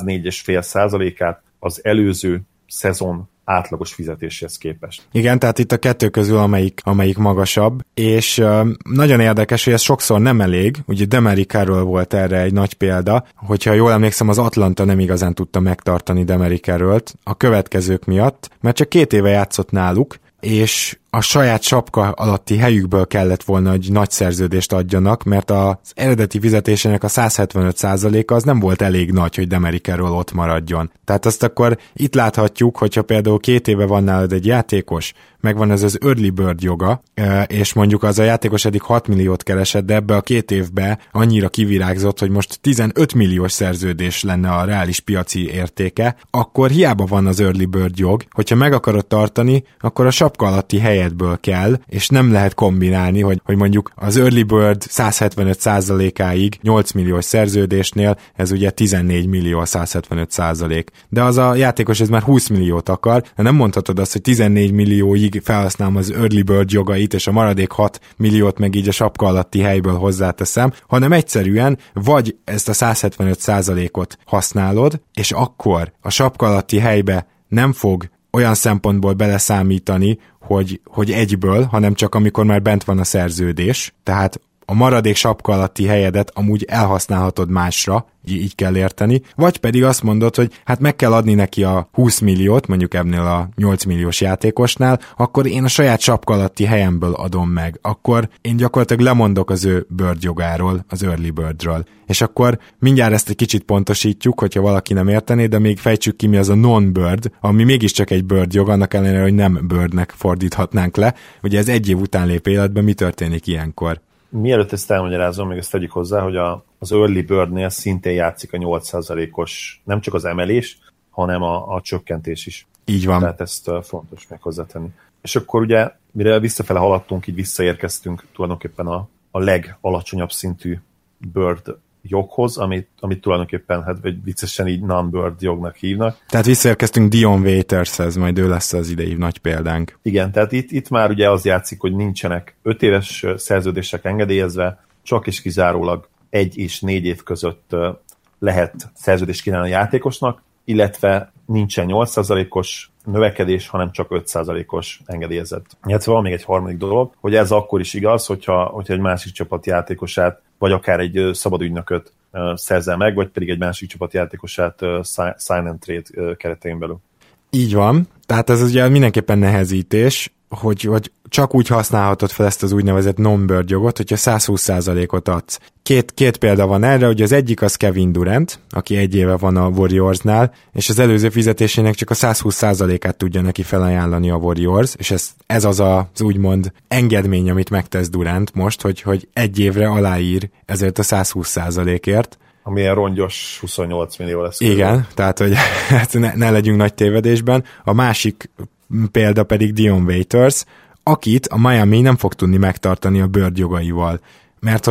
104,5%-át az előző szezon átlagos fizetéshez képest. Igen, tehát itt a kettő közül amelyik magasabb, és nagyon érdekes, hogy ez sokszor nem elég, ugye Demary Carroll volt erre egy nagy példa, hogyha jól emlékszem, az Atlanta nem igazán tudta megtartani Demary Carrollt a következők miatt, mert csak 2 éve játszott náluk, és a saját sapka alatti helyükből kellett volna, hogy nagy szerződést adjanak, mert az eredeti fizetésének a 175%-a az nem volt elég nagy, hogy Demary Carroll ott maradjon. Tehát azt akkor itt láthatjuk, hogyha például 2 éve van nálad egy játékos, megvan ez az early bird joga, és mondjuk az a játékos eddig 6 milliót keresett, de ebbe a 2 évbe annyira kivirágzott, hogy most 15 milliós szerződés lenne a reális piaci értéke, akkor hiába van az early bird jog, hogyha meg akarod tartani, akkor a sapka alatti helyedből kell, és nem lehet kombinálni, hogy mondjuk az early bird 175%-áig 8 milliós szerződésnél, ez ugye 14 millió a 175%. De az a játékos ez már 20 milliót akar, de nem mondhatod azt, hogy 14 millióig felhasználom az early bird jogait, és a maradék 6 milliót meg így a sapka alatti helyből hozzáteszem, hanem egyszerűen vagy ezt a 175%-ot használod, és akkor a sapka alatti helybe nem fog olyan szempontból beleszámítani, hogy egyből, hanem csak amikor már bent van a szerződés, tehát a maradék sapka alatti helyedet amúgy elhasználhatod másra, így kell érteni, vagy pedig azt mondod, hogy hát meg kell adni neki a 20 milliót, mondjuk ebből a 8 milliós játékosnál, akkor én a saját sapka alatti helyemből adom meg, akkor én gyakorlatilag lemondok az ő bird jogáról, az early birdről. És akkor mindjárt ezt egy kicsit pontosítjuk, hogyha valaki nem értené, de még fejtsük ki, mi az a non-bird, ami mégiscsak egy bird jog, annak ellenére, hogy nem birdnek fordíthatnánk le. Ugye ez 1 év után lép életbe, mi történik ilyenkor? Mielőtt ezt elmagyarázom, még ezt tegyük hozzá, hogy az early birdnél szintén játszik a 8%-os, nem csak az emelés, hanem a csökkentés is. Így van. Tehát ezt fontos meg hozzátenni. És akkor ugye, mire visszafele haladtunk, így visszaérkeztünk tulajdonképpen a legalacsonyabb szintű bird joghoz, amit tulajdonképpen, hát vagy viccesen így non-bird jognak hívnak. Tehát visszaérkeztünk Dion Waitershez, majd ő lesz az idei nagy példánk. Igen, tehát itt már ugye az játszik, hogy nincsenek 5 éves szerződések engedélyezve, csak és kizárólag 1 és 4 év között lehet szerződést kínálni a játékosnak, illetve nincsen 8%-os növekedés, hanem csak 5%-os engedélyezett. Illetve van még egy harmadik dolog, hogy ez akkor is igaz, hogyha egy másik csapat játékosát, vagy akár egy szabad ügynököt szerzel meg, vagy pedig egy másik csapat játékosát sign and trade keretein belül. Így van, tehát ez ugye mindenképpen nehezítés, hogy csak úgy használhatod fel ezt az úgynevezett non-bird jogot, hogyha 120%-ot adsz. Két példa van erre, hogy az egyik az Kevin Durant, aki 1 éve van a Warriorsnál, és az előző fizetésének csak a 120%-át tudja neki felajánlani a Warriors, és ez az úgymond engedmény, amit megtesz Durant most, hogy 1 évre aláír ezért a 120%-ért. Amilyen rongyos 28 millió lesz. Igen, tehát hogy ne legyünk nagy tévedésben. A másik példa pedig Dion Waiters, akit a Miami nem fog tudni megtartani a bird jogaival. Mert hogy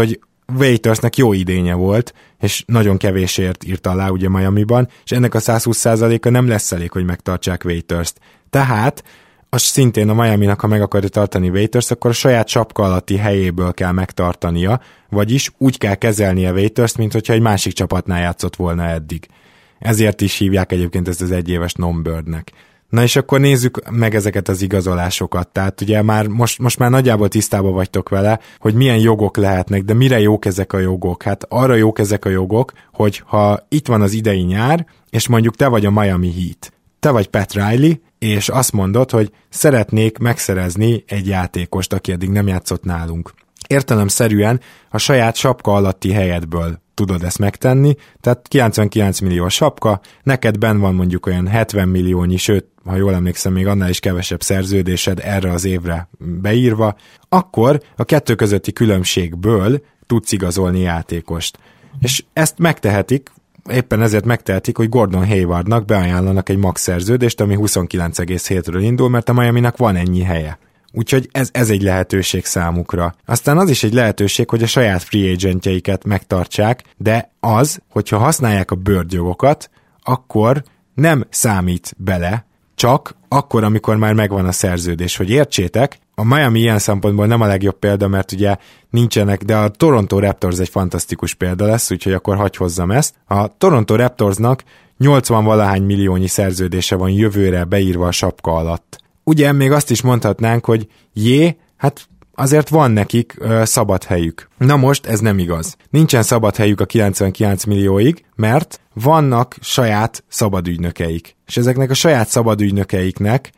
Waitersnek jó idénye volt, és nagyon kevésért írt alá ugye Miamiban, és ennek a 120%-a nem lesz elég, hogy megtartsák Waiters-t. Tehát az szintén a Miaminak, ha meg akarja tartani Waiters, akkor a saját sapka alatti helyéből kell megtartania, vagyis úgy kell kezelnie Waiters-t, mint hogyha egy másik csapatnál játszott volna eddig. Ezért is hívják egyébként ezt az egyéves non-birdnek. Na és akkor nézzük meg ezeket az igazolásokat. Tehát ugye most már nagyjából tisztában vagytok vele, hogy milyen jogok lehetnek, de mire jók ezek a jogok? Hát arra jók ezek a jogok, hogy ha itt van az idei nyár, és mondjuk te vagy a Miami Heat, te vagy Pat Riley, és azt mondod, hogy szeretnék megszerezni egy játékost, aki eddig nem játszott nálunk. Értelemszerűen a saját sapka alatti helyedből tudod ezt megtenni, tehát 99 millió a sapka, neked benn van mondjuk olyan 70 milliónyi, sőt, ha jól emlékszem, még annál is kevesebb szerződésed erre az évre beírva, akkor a kettő közötti különbségből tudsz igazolni játékost. És ezt megtehetik, éppen ezért megtehetik, hogy Gordon Haywardnak beajánlanak egy max szerződést, ami 29,7-ről indul, mert a Miaminak van ennyi helye. Úgyhogy ez egy lehetőség számukra. Aztán az is egy lehetőség, hogy a saját free agentjeiket megtartsák, de az, hogyha használják a bőrgyogokat, akkor nem számít bele, csak akkor, amikor már megvan a szerződés. Hogy értsétek, a Miami ilyen szempontból nem a legjobb példa, mert ugye nincsenek, de a Toronto Raptors egy fantasztikus példa lesz, úgyhogy akkor hagyj hozzam ezt. A Toronto Raptorsnak 80-valahány milliónyi szerződése van jövőre beírva a sapka alatt. Ugye még azt is mondhatnánk, hogy hát azért van nekik szabad helyük. Na most ez nem igaz. Nincsen szabad helyük a 99 millióig, mert vannak saját szabadügynökeik. És ezeknek a saját szabadügynökeiknek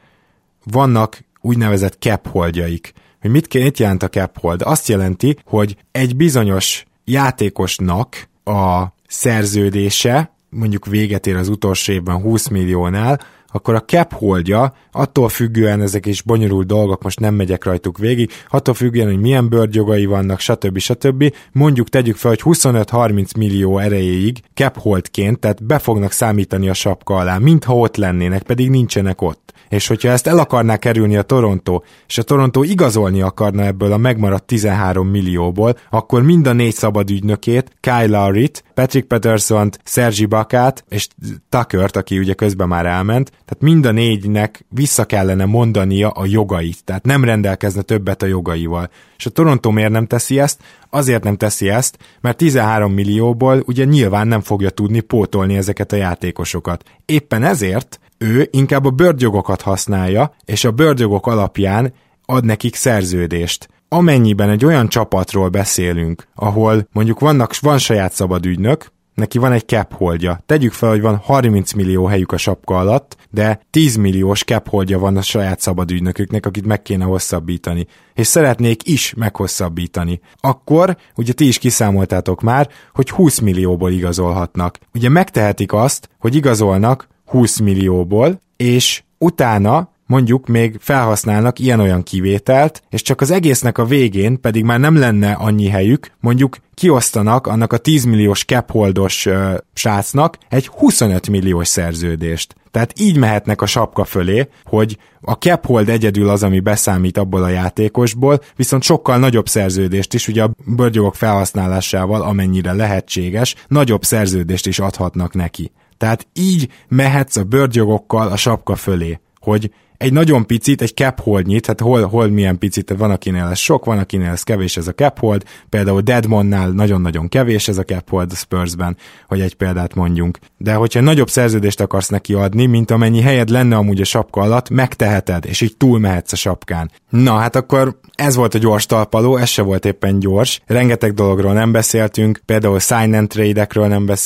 vannak úgynevezett cap holdjaik. Hogy mit jelent a cap hold? Azt jelenti, hogy egy bizonyos játékosnak a szerződése, mondjuk véget ér az utolsó évben 20 milliónál, akkor a cap holdja, attól függően ezek is bonyolult dolgok, most nem megyek rajtuk végig, attól függően, hogy milyen bőrjogai vannak, stb. Mondjuk tegyük fel, hogy 25-30 millió erejéig cap holdként, tehát be fognak számítani a sapka alá, mintha ott lennének, pedig nincsenek ott. És hogyha ezt el akarná kerülni a Toronto, és a Toronto igazolni akarna ebből a megmaradt 13 millióból, akkor mind a 4 szabad ügynökét, Kyle Lowryt, Patrick Pattersont, Serge Ibakát és Tuckert, aki ugye közben már elment, tehát mind a 4-nek vissza kellene mondania a jogait, tehát nem rendelkezne többet a jogaival. És a Toronto miért nem teszi ezt? Azért nem teszi ezt, mert 13 millióból ugye nyilván nem fogja tudni pótolni ezeket a játékosokat. Éppen ezért ő inkább a bőrjogokat használja, és a bőrjogok alapján ad nekik szerződést. Amennyiben egy olyan csapatról beszélünk, ahol mondjuk van saját szabad ügynök, neki van egy cap holdja. Tegyük fel, hogy van 30 millió helyük a sapka alatt, de 10 milliós cap holdja van a saját szabad ügynöküknek, akit meg kéne hosszabbítani. És szeretnék is meghosszabbítani. Akkor, ugye ti is kiszámoltátok már, hogy 20 millióból igazolhatnak. Ugye megtehetik azt, hogy igazolnak 20 millióból, és utána mondjuk még felhasználnak ilyen-olyan kivételt, és csak az egésznek a végén pedig már nem lenne annyi helyük, mondjuk kiosztanak annak a 10 milliós cap-holdos srácnak egy 25 milliós szerződést. Tehát így mehetnek a sapka fölé, hogy a cap hold egyedül az, ami beszámít abból a játékosból, viszont sokkal nagyobb szerződést is, ugye a bőrjogok felhasználásával, amennyire lehetséges, nagyobb szerződést is adhatnak neki. Tehát így mehetsz a bőrjogokkal a sapka fölé, hogy egy nagyon picit, egy cap holdnyit, hát hol milyen picit, van akinél ez sok, van akinél ez kevés ez a cap hold, például Dedmonnál nagyon-nagyon kevés ez a cap hold Spursben, hogy egy példát mondjunk. De hogyha nagyobb szerződést akarsz neki adni, mint amennyi helyed lenne amúgy a sapka alatt, megteheted, és így túlmehetsz a sapkán. Na, hát akkor ez volt a gyors talpaló, ez se volt éppen gyors. Rengeteg dologról nem beszéltünk, például sign and trade-ekről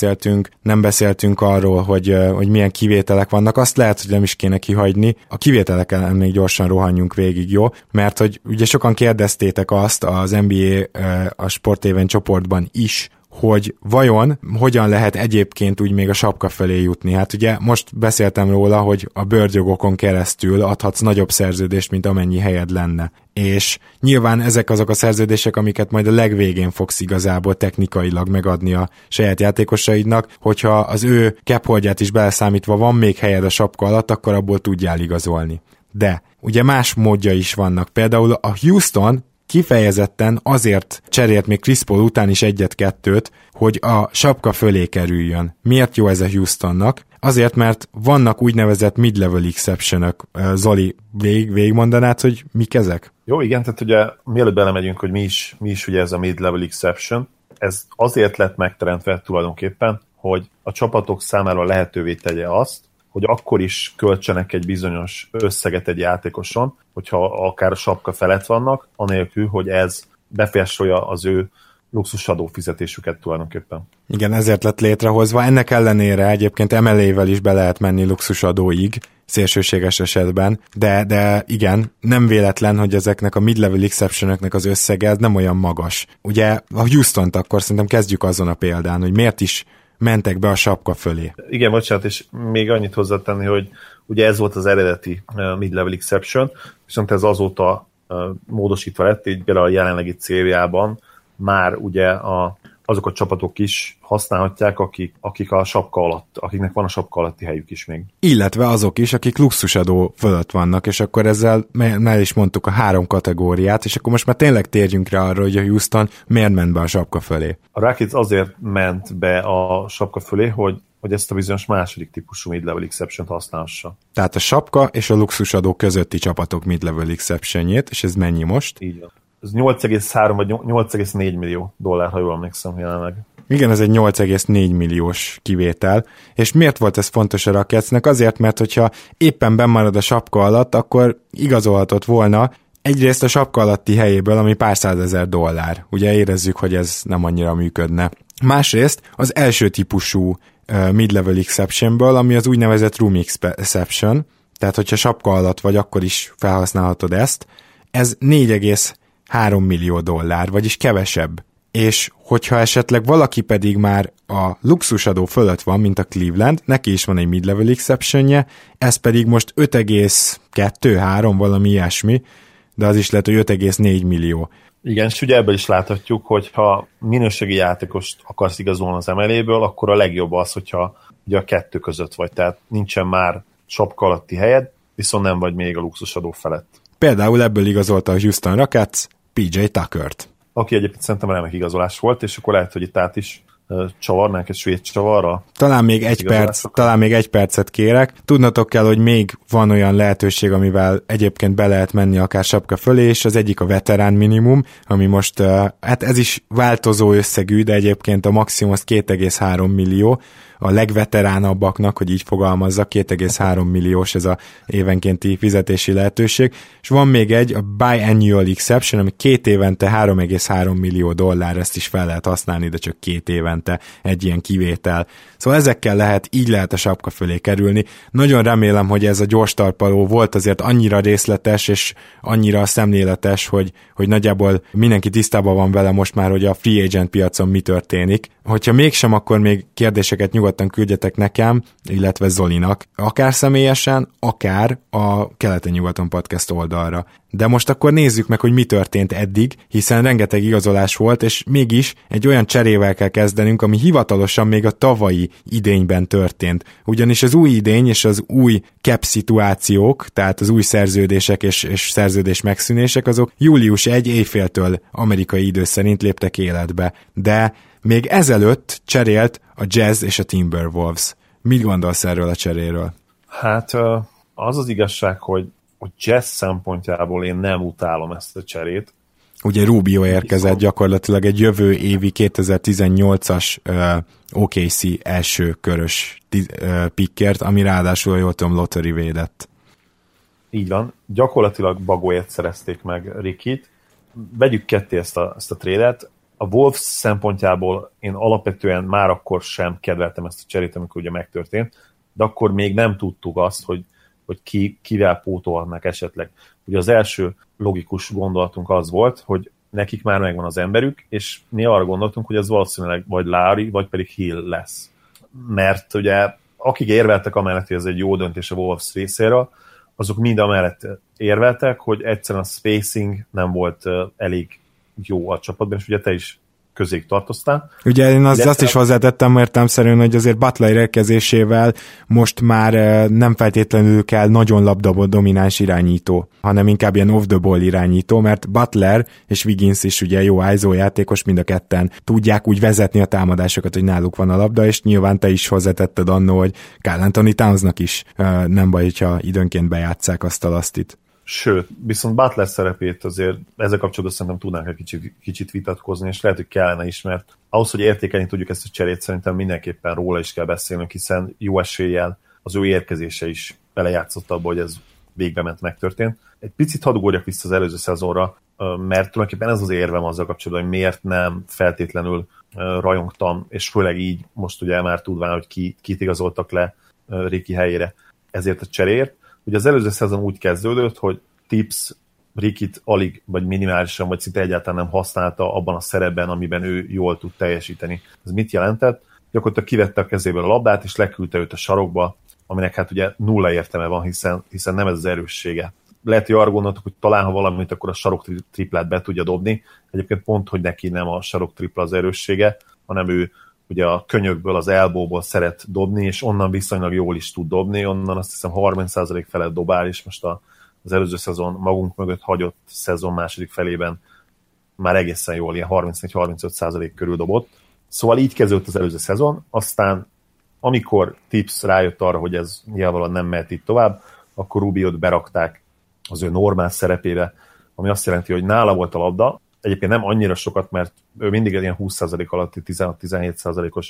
nem beszéltünk arról, hogy milyen kivételek vannak, azt lehet, hogy nem is kéne kihagyni. A kivételeken még gyorsan rohanjunk végig, jó? Mert hogy ugye sokan kérdeztétek azt az NBA a Sport TV csoportban is, hogy vajon hogyan lehet egyébként úgy még a sapka felé jutni. Hát ugye most beszéltem róla, hogy a bőrjogokon keresztül adhatsz nagyobb szerződést, mint amennyi helyed lenne. És nyilván ezek azok a szerződések, amiket majd a legvégén fogsz igazából technikailag megadni a saját játékosaidnak, hogyha az ő cap-holdját is beleszámítva van még helyed a sapka alatt, akkor abból tudjál igazolni. De ugye más módja is vannak. Például a Houston kifejezetten azért cserélt még Chris Paul után is egyet-kettőt, hogy a sapka fölé kerüljön. Miért jó ez a Houstonnak? Azért, mert vannak úgynevezett mid-level exceptionök. Zoli, végigmondanád, hogy mik ezek? Jó, igen, tehát ugye mielőtt belemegyünk, hogy mi is ugye ez a mid-level exception, ez azért lett megteremtve tulajdonképpen, hogy a csapatok számára lehetővé tegye azt, hogy akkor is költsenek egy bizonyos összeget egy játékoson, hogyha akár a sapka felett vannak, anélkül, hogy ez befolyásolja az ő luxusadó fizetésüket tulajdonképpen. Igen, ezért lett létrehozva. Ennek ellenére egyébként emelével is be lehet menni luxusadóig, szélsőséges esetben, de igen, nem véletlen, hogy ezeknek a mid-level exceptionöknek az összege nem olyan magas. Ugye a Houstont akkor szerintem kezdjük azon a példán, hogy miért is mentek be a sapka fölé. Igen, bocsánat, és még annyit hozzátenni, hogy ugye ez volt az eredeti mid-level exception, viszont ez azóta módosítva lett, így például a jelenlegi céljában már ugye azok a csapatok is használhatják, akik a sapka alatt, akiknek van a sapka alatti helyük is még. Illetve azok is, akik luxusadó fölött vannak, és akkor ezzel már is mondtuk a 3 kategóriát, és akkor most már tényleg térjünk rá arra, hogy a Houston miért ment be a sapka fölé. A Rockets azért ment be a sapka fölé, hogy ezt a bizonyos második típusú mid-level exception-t használhassa. Tehát a sapka és a luxusadó közötti csapatok mid-level exception-jét, és ez mennyi most? Így van. Ez 8,3 vagy 8,4 millió dollár, ha jól emlékszem jelenleg. Igen, ez egy 8,4 milliós kivétel. És miért volt ez fontos a Rocketsnek? Azért, mert hogyha éppen bemarad a sapka alatt, akkor igazolhatott volna egyrészt a sapka alatti helyéből, ami pár százezer dollár. Ugye érezzük, hogy ez nem annyira működne. Másrészt az első típusú mid-level exceptionből, ami az úgynevezett room exception, tehát hogyha sapka alatt vagy, akkor is felhasználhatod ezt. Ez 4,3 millió dollár, vagyis kevesebb. És hogyha esetleg valaki pedig már a luxusadó fölött van, mint a Cleveland, neki is van egy mid-level exceptionje, ez pedig most 5,2-3 valami ilyesmi, de az is lehet, hogy 5,4 millió. Igen, és ugye ebből is láthatjuk, hogy ha minőségi játékost akarsz igazolni az emeléből, akkor a legjobb az, hogyha ugye a kettő között vagy, tehát nincsen már sapka alatti helyed, viszont nem vagy még a luxusadó felett. Például ebből igazolta a Houston Rockets PJ Tuckert. Aki egyébként szerintem remek igazolás volt, és akkor lehet, hogy itt át is csavarnánk egy svéd csavarra. Talán még egy percet kérek. Tudnatok kell, hogy még van olyan lehetőség, amivel egyébként be lehet menni akár sapka fölé, és az egyik a veterán minimum, ami most, hát ez is változó összegű, de egyébként a maximum az 2,3 millió, a legveteránabbaknak, hogy így fogalmazzak, 2,3 milliós ez a évenkénti fizetési lehetőség, és van még egy, a biannual exception, ami 2 évente 3,3 millió dollár, ezt is fel lehet használni, de csak 2 évente egy ilyen kivétel. Szóval ezekkel így lehet a sapka fölé kerülni. Nagyon remélem, hogy ez a gyors talpaló volt azért annyira részletes, és annyira szemléletes, hogy nagyjából mindenki tisztában van vele most már, hogy a free agent piacon mi történik. Hogyha mégsem, akkor még kérdéseket nyugodtan küldjetek nekem, illetve Zolinak, akár személyesen, akár a Keleten-nyugaton podcast oldalra. De most akkor nézzük meg, hogy mi történt eddig, hiszen rengeteg igazolás volt, és mégis egy olyan cserével kell kezdenünk, ami hivatalosan még a tavalyi idényben történt. Ugyanis az új idény és az új cap szituációk, tehát az új szerződések és szerződés megszűnések, azok július 1 éjféltől amerikai idő szerint léptek életbe. De még ezelőtt cserélt a Jazz és a Timberwolves. Mit gondolsz erről a cseréről? Hát az az igazság, hogy a Jazz szempontjából én nem utálom ezt a cserét. Ugye Rubio érkezett gyakorlatilag egy jövő évi 2018-as OKC első körös pickert, ami ráadásul jól tudom lottery védett. Így van. Gyakorlatilag Bagoyet szerezték meg Rikit. Vegyük ketté ezt a trédet. A Wolves szempontjából én alapvetően már akkor sem kedveltem ezt a cserét, amikor ugye megtörtént, de akkor még nem tudtuk azt, hogy kivel pótolhatnak esetleg. Ugye az első logikus gondolatunk az volt, hogy nekik már megvan az emberük, és mi arra gondoltunk, hogy ez valószínűleg vagy Lowry, vagy pedig Hill lesz. Mert ugye akik érveltek amellett, hogy ez egy jó döntés a Wolves részéről, azok mind amellett érveltek, hogy egyszerűen a spacing nem volt elég jó a csapatban, és ugye te is közéig tartoztál. Ugye én azt is hozzátettem értelemszerűen, hogy azért Butler érkezésével most már nem feltétlenül kell nagyon labda domináns irányító, hanem inkább ilyen off-the-ball irányító, mert Butler és Wiggins is ugye jó ISO játékos, mind a ketten tudják úgy vezetni a támadásokat, hogy náluk van a labda, és nyilván te is hozzátetted annó, hogy Karl Anthony Townsnak is nem baj, hogyha időnként bejátsszák azt a lasztit. Sőt, viszont Butler szerepét azért ezzel kapcsolatban szerintem tudnánk egy kicsit vitatkozni, és lehet, hogy kellene is, mert ahhoz, hogy értékelni tudjuk ezt a cserét, szerintem mindenképpen róla is kell beszélnünk, hiszen jó eséllyel az ő érkezése is belejátszott abba, hogy ez végbe ment, megtörtént. Egy picit hadd ugorjak vissza az előző szezonra, mert tulajdonképpen ez az érvem azzal kapcsolatban, hogy miért nem feltétlenül rajongtam, és főleg így most ugye már tudván, hogy kit igazoltak le Ricky helyére ezért a cseréért. Ugye az előző szezon úgy kezdődött, hogy Tibbs Rickit alig, vagy minimálisan, vagy szinte egyáltalán nem használta abban a szerepben, amiben ő jól tud teljesíteni. Ez mit jelentett? Gyakorlatilag kivette a kezéből a labdát, és leküldte őt a sarokba, aminek hát ugye nulla értelme van, hiszen nem ez az erőssége. Lehet, hogy arra gondoltok, hogy talán ha valamit, akkor a sarok triplát be tudja dobni. Egyébként pont, hogy neki nem a sarok tripla az erőssége, hanem ő ugye a könyökből, az elbowból szeret dobni, és onnan viszonylag jól is tud dobni, onnan azt hiszem 30% felett dobál, és most az előző szezon magunk mögött hagyott szezon második felében már egészen jól, ilyen 34-35% körül dobott. Szóval így kezdődött az előző szezon, aztán amikor Tibbs rájött arra, hogy ez nyilvánvalóan nem mehet itt tovább, akkor Rubiot berakták az ő normál szerepére, ami azt jelenti, hogy nála volt a labda, egyébként nem annyira sokat, mert ő mindig ilyen 20% alatti 16-17%-os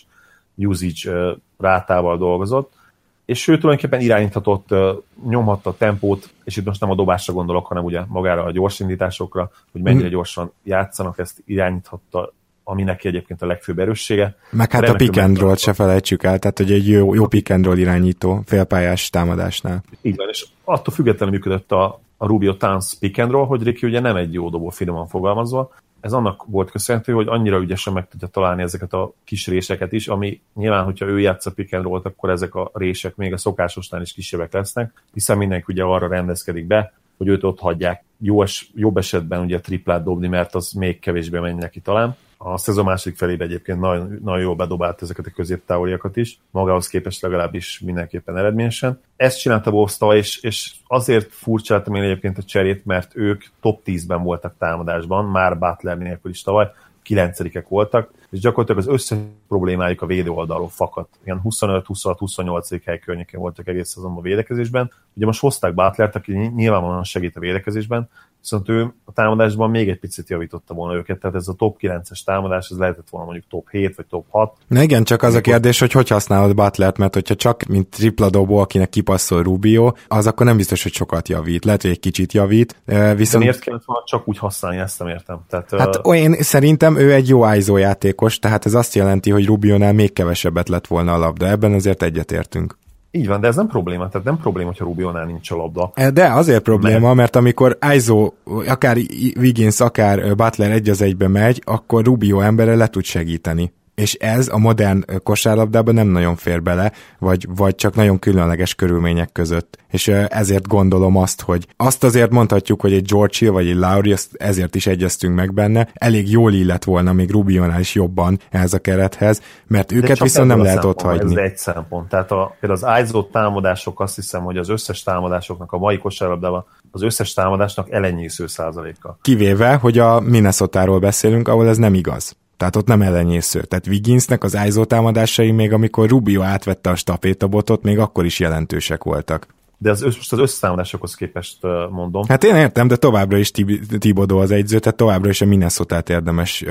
usage rátával dolgozott, és ő tulajdonképpen irányíthatott, nyomhatta a tempót, és itt most nem a dobásra gondolok, hanem ugye magára a gyorsindításokra, hogy mennyire gyorsan játszanak, ezt irányíthatta, ami neki egyébként a legfőbb erőssége. Meg hát a pick and roll-t se felejtsük el, tehát hogy egy jó pick and roll irányító félpályás támadásnál. Így van, és attól függetlenül működött a Rubio Towns pick and roll, hogy Ricky ugye nem egy jó dobó, finoman fogalmazva. Ez annak volt köszönhető, hogy annyira ügyesen meg tudja találni ezeket a kis réseket is, ami nyilván, hogyha ő játsz a pick and roll-t, akkor ezek a rések még a szokásosnál is kisebbek lesznek, hiszen mindenki ugye arra rendezkedik be, hogy őt ott hagyják jobb esetben ugye triplát dobni, mert az még kevésbé megy neki talán. A szezon második felében egyébként nagyon jól bedobált ezeket a középtávoliakat is, magához képest legalábbis mindenképpen eredményesen. Ezt csinálta Boston, és azért furcsáltam én egyébként a cserét, mert ők top 10-ben voltak támadásban, már Butler nélkül is tavaly, 9-ek voltak, és gyakorlatilag az összes problémájuk a védő oldalról fakadt. Ilyen 25-26-28. hely környékén voltak egész szezonban a védekezésben. Ugye most hozták Butlert, aki nyilvánvalóan segít a védekezésben, viszont ő a támadásban még egy picit javította volna őket, tehát ez a top 9-es támadás, ez lehetett volna mondjuk top 7 vagy top 6. Na igen, csak az a kérdés, hogy használod Butlert, mert hogyha csak mint tripla dobó, akinek kipasszol Rubio, az akkor nem biztos, hogy sokat javít. Lehet, hogy egy kicsit javít. Viszont... De miért kellett volna csak úgy használni, ezt nem értem. Tehát, hát én szerintem ő egy jó ISO játékos, tehát ez azt jelenti, hogy Rubionál még kevesebbet lett volna a labda. Ebben azért egyetértünk. Így van, de ez nem probléma, tehát nem probléma, hogyha Rubionál nincs a labda. De azért probléma, mert amikor ISO, akár Wiggins, akár Butler egy az egybe megy, akkor Rubio embere le tud segíteni. És ez a modern kosárlabdában nem nagyon fér bele, vagy csak nagyon különleges körülmények között. És ezért gondolom azt, hogy azt azért mondhatjuk, hogy egy George Hill vagy egy Lowry, ezért is egyeztünk meg benne, elég jól illett volna még Rubionál is jobban ehhez a kerethez, mert őket viszont nem lehet ott hagyni. Ez egy szempont. Tehát például az ISO támadások, azt hiszem, hogy az összes támadásoknak a mai kosárlabdában az összes támadásnak elenyésző százaléka. Kivéve, hogy a Minnesotáról beszélünk, ahol ez nem igaz. Tehát ott nem ellenyésző. Tehát Wigginsnek az ISO támadásai még amikor Rubio átvette a stafétabotot, még akkor is jelentősek voltak. De most az összetámadásokhoz képest mondom. Hát én értem, de továbbra is Thibodeau az egyző, tehát továbbra is a Minnesotát érdemes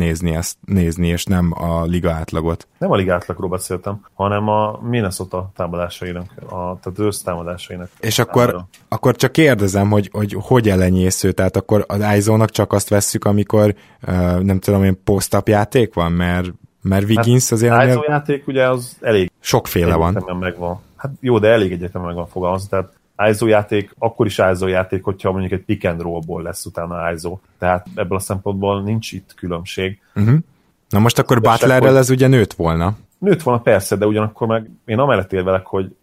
nézni, és nem a liga átlagot. Nem a liga átlagról beszéltem, hanem a Minnesota támadásainak, tehát az összetámadásainak. És akkor csak kérdezem, hogy ellenyésző, tehát akkor az ISO-nak csak azt vesszük, amikor nem tudom én, post-up játék van, mert Wiggins azért... Az ISO játék ugye az elég... Sokféle van. Megvan. Hát jó, de elég egyetemen meg van fogalmazva, tehát ISO játék, akkor is ISO játék, hogyha mondjuk egy pick and rollból lesz utána ISO. Tehát ebből a szempontból nincs itt különbség. Uh-huh. Na most akkor Butlerrel ez ugye nőtt volna. Nőtt volna persze, de ugyanakkor meg én amellett érvelek, hogy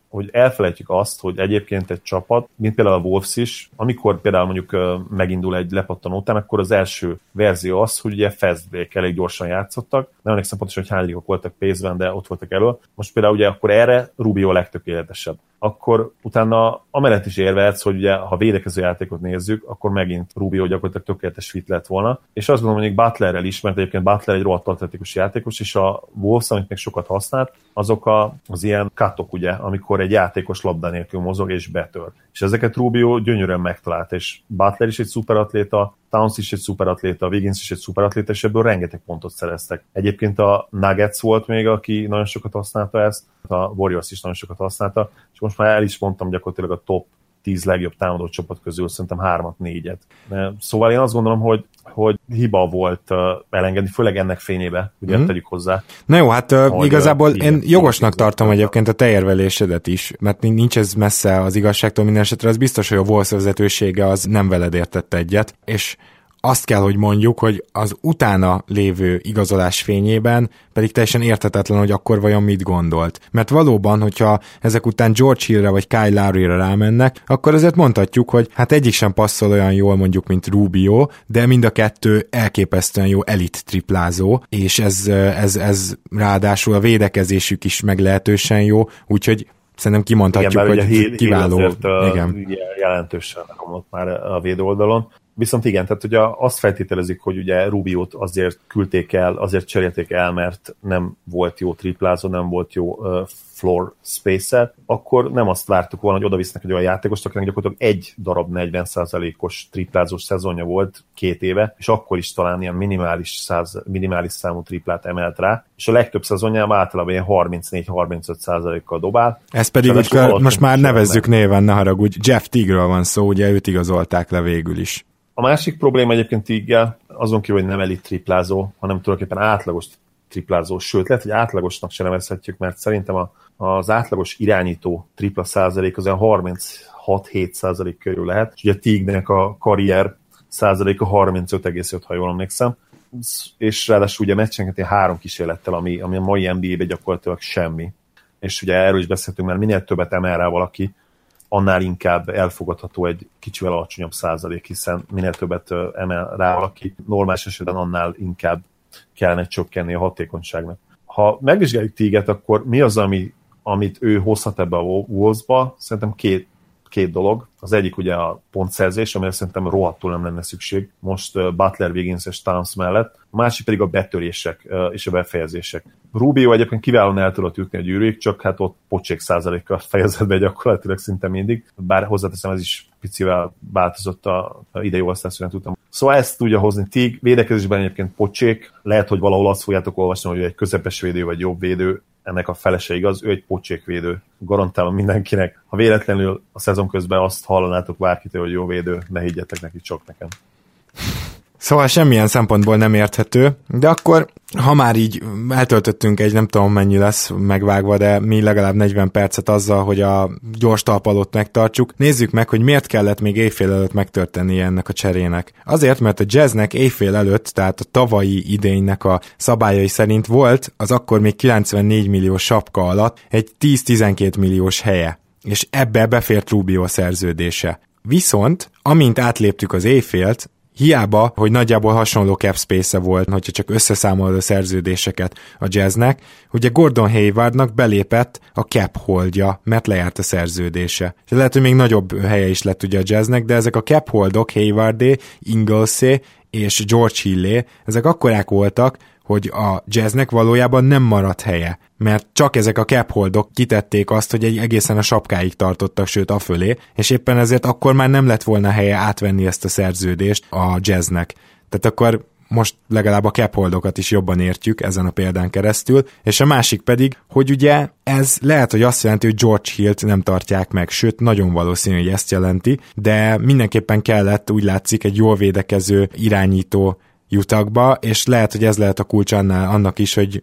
hogy elfelejtjük azt, hogy egyébként egy csapat, mint például a Wolves is, amikor például mondjuk megindul egy lepattanó után, akkor az első verzió az, hogy ugye fast break, elég gyorsan játszottak. Nem emlékszem pontosan, hogy hány ligok voltak pace-ben, de ott voltak elő. Most például ugye akkor erre Rubio a legtökéletesebb. Akkor utána amellett is érvehetsz, hogy ugye, ha védekező játékot nézzük, akkor megint Rubio gyakorlatilag tökéletes fit lett volna. És azt gondolom, hogy Butlerrel is, mert egyébként Butler egy rohadt atletikus játékos, és a Wolves, amit még sokat használt, azok az ilyen cutok, ugye, amikor egy játékos labda nélkül mozog és betör. És ezeket Rubio gyönyörűen megtalált, és Butler is egy szuperatléta, Towns is egy szuperatléta, Wiggins is egy szuperatléta, és ebből rengeteg pontot szereztek. Egyébként a Nuggets volt még, aki nagyon sokat használta ezt, a Warriors is nagyon sokat használta, és most már el is mondtam gyakorlatilag a top 10 legjobb támadó csapat közül, szerintem 3-4-et. Szóval én azt gondolom, hogy hiba volt elengedni, főleg ennek fényébe, ugye tegyük hozzá. Na jó, hát igazából én jogosnak tartom egyébként a te érvelésedet is, mert nincs ez messze az igazságtól, minden esetre az biztos, hogy a Wolves vezetősége az nem veled értett egyet, és azt kell, hogy mondjuk, hogy az utána lévő igazolás fényében pedig teljesen érthetetlen, hogy akkor vajon mit gondolt. Mert valóban, hogyha ezek után George Hillre vagy Kyle Lowryra rámennek, akkor azért mondhatjuk, hogy hát egyik sem passzol olyan jól mondjuk, mint Rubio, de mind a kettő elképesztően jó elit triplázó, és ez ráadásul a védekezésük is meglehetősen jó, úgyhogy szerintem kimondhatjuk, igen, hogy kiváló. Igen. Jelentősen rakomott már a védő oldalon. Viszont igen, tehát ugye azt feltételezik, hogy ugye Rubiót azért küldték el, azért cserélték el, mert nem volt jó triplázó, nem volt jó floor spacer, akkor nem azt vártuk volna, hogy odavisznek egy olyan játékost, akinek gyakorlatilag egy darab 40%-os triplázós szezonja volt 2 éve, és akkor is talán ilyen minimális számú triplát emelt rá, és a legtöbb szezonjában általában ilyen 34-35%-kal dobál. Ez pedig most már nevezzük néven, ne haragudj, Jeff Teague-ről van szó, ugye őt igazolták le végül is. A másik probléma egyébként Teague-gel, azon kívül, hogy nem elit triplázó, hanem tulajdonképpen átlagos triplázó, sőt, lehet, hogy átlagosnak sem nevezhetjük, mert szerintem az átlagos irányító tripla százalék az olyan 36-7% körül lehet, és ugye Teague-nek a karrier százaléka 35,5, ha jól emlékszem, és ráadásul ugye meccsenként 3 kísérlettel, ami a mai NBA-ben gyakorlatilag semmi. És ugye erről is beszéltünk, mert minél többet emel rá valaki, annál inkább elfogadható egy kicsivel alacsonyabb százalék, hiszen minél többet emel rá valaki, normális esetben annál inkább kellene csökkenni a hatékonyságnak. Ha megvizsgáljuk Teague-et, akkor mi az, amit ő hozhat ebbe a Wolves-ba? Szerintem két dolog. Az egyik ugye a pontszerzés, amire szerintem rohadtul nem lenne szükség most Butler, Wiggins és Towns mellett. A másik pedig a betörések és a befejezések. Rubio egyébként kiválóan el tudott jutni a gyűrűig, csak hát ott pocsék százalékkal fejezett be gyakorlatilag szinte mindig. Bár hozzáteszem, ez is picivel változott a idei osztályban tudtam. Szóval ezt tudja hozni Teague. Védekezésben egyébként pocsék. Lehet, hogy valahol azt fogjátok olvasni, hogy egy közepes védő vagy jobb védő. Ennek a felese igaz, ő egy pocsékvédő. Garantálom mindenkinek. Ha véletlenül a szezon közben azt hallanátok bárkitől, hogy jó védő, ne higgyetek neki, csak nekem. Szóval semmilyen szempontból nem érthető, de akkor, ha már így eltöltöttünk egy, nem tudom mennyi lesz megvágva, de mi legalább 40 percet azzal, hogy a gyors talpalót megtartsuk, nézzük meg, hogy miért kellett még éjfél előtt megtörténnie ennek a cserének. Azért, mert a Jazznek éjfél előtt, tehát a tavalyi idénynek a szabályai szerint volt az akkor még 94 millió sapka alatt egy 10-12 milliós helye, és ebbe befért Rubio szerződése. Viszont, amint átléptük az éjfélt, hiába, hogy nagyjából hasonló cap space-e volt, hogyha csak összeszámolod a szerződéseket a Jazznek, ugye Gordon Haywardnak belépett a cap holdja, mert lejárt a szerződése. És lehet, hogy még nagyobb helye is lett ugye a Jazznek, de ezek a cap holdok, Haywardé, Inglesé és George Hillé, ezek akkorák voltak, hogy a Jazznek valójában nem maradt helye, mert csak ezek a cap holdok kitették azt, hogy egy egészen a sapkáig tartottak, sőt afölé, és éppen ezért akkor már nem lett volna helye átvenni ezt a szerződést a Jazznek. Tehát akkor most legalább a cap holdokat is jobban értjük ezen a példán keresztül, és a másik pedig, hogy ugye ez lehet, hogy azt jelenti, hogy George Hillt nem tartják meg, sőt nagyon valószínű, hogy ezt jelenti, de mindenképpen kellett, úgy látszik, egy jól védekező irányító Utahba, és lehet, hogy ez lehet a kulcsa annak is, hogy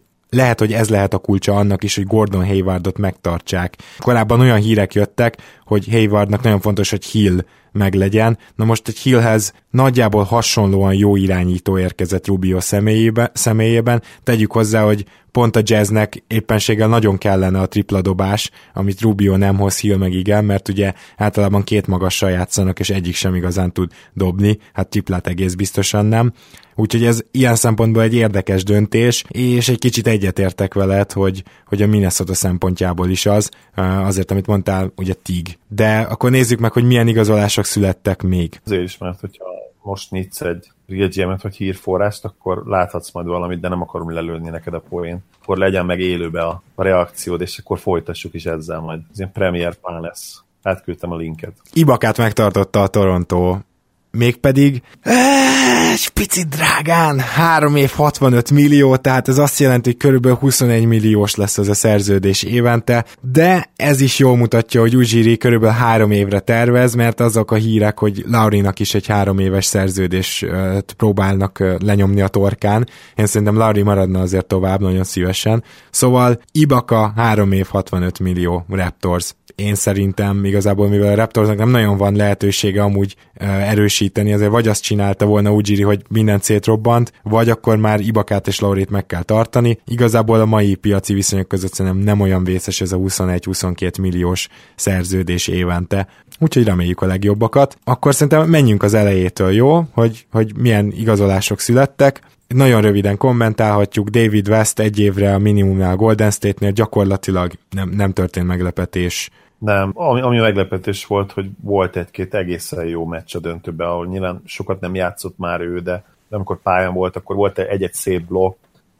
Gordon Haywardot megtartsák. Korábban olyan hírek jöttek, hogy Haywardnak nagyon fontos, hogy Hill meglegyen. Na most egy Hillhez nagyjából hasonlóan jó irányító érkezett Rubio személyében. Tegyük hozzá, hogy pont a Jazznek éppenséggel nagyon kellene a tripla dobás, amit Rubio nem hoz, Hill meg igen, mert ugye általában két magassal játszanak, és egyik sem igazán tud dobni, hát triplát egész biztosan nem. Úgyhogy ez ilyen szempontból egy érdekes döntés, és egy kicsit egyetértek veled, hogy a Minnesota szempontjából is az, azért, amit mondtál, ugye Tig. De akkor nézzük meg, hogy milyen igazolások születtek még. Azért is, mert hogyha most nyitsz egy GM-et vagy hírforrást, akkor láthatsz majd valamit, de nem akarom lelőni neked a poén. Akkor legyen meg élőbe a reakciód, és akkor folytassuk is ezzel majd. Ez ilyen Premier Pan lesz. Átküldtem a linket. Ibakát megtartotta a Toronto, mégpedig egy picit drágán, 3 év 65 millió, tehát ez azt jelenti, hogy körülbelül 21 milliós lesz az a szerződés évente, de ez is jól mutatja, hogy Ujiri körülbelül 3 évre tervez, mert azok a hírek, hogy Laurinak is egy 3 éves szerződést próbálnak lenyomni a torkán. Én szerintem Lauri maradna azért tovább, nagyon szívesen. Szóval Ibaka 3 év 65 millió Raptors. Én szerintem igazából, mivel a Raptorsnak nem nagyon van lehetősége amúgy erősíteni, azért vagy azt csinálta volna Ujiri, hogy minden szétrobbant, vagy akkor már Ibakát és Laurit meg kell tartani. Igazából a mai piaci viszonyok között szerintem nem olyan vészes ez a 21-22 milliós szerződés évente. Úgyhogy reméljük a legjobbakat. Akkor szerintem menjünk az elejétől, jó? Hogy milyen igazolások születtek. Nagyon röviden kommentálhatjuk, David West 1 évre a minimumnál a Golden State-nél, gyakorlatilag nem történt meglepetés. Nem, ami meglepetés volt, hogy volt egy-két egészen jó meccs a döntőben, ahol nyilván sokat nem játszott már ő, de amikor pályán volt, akkor volt egy-egy szép blokk,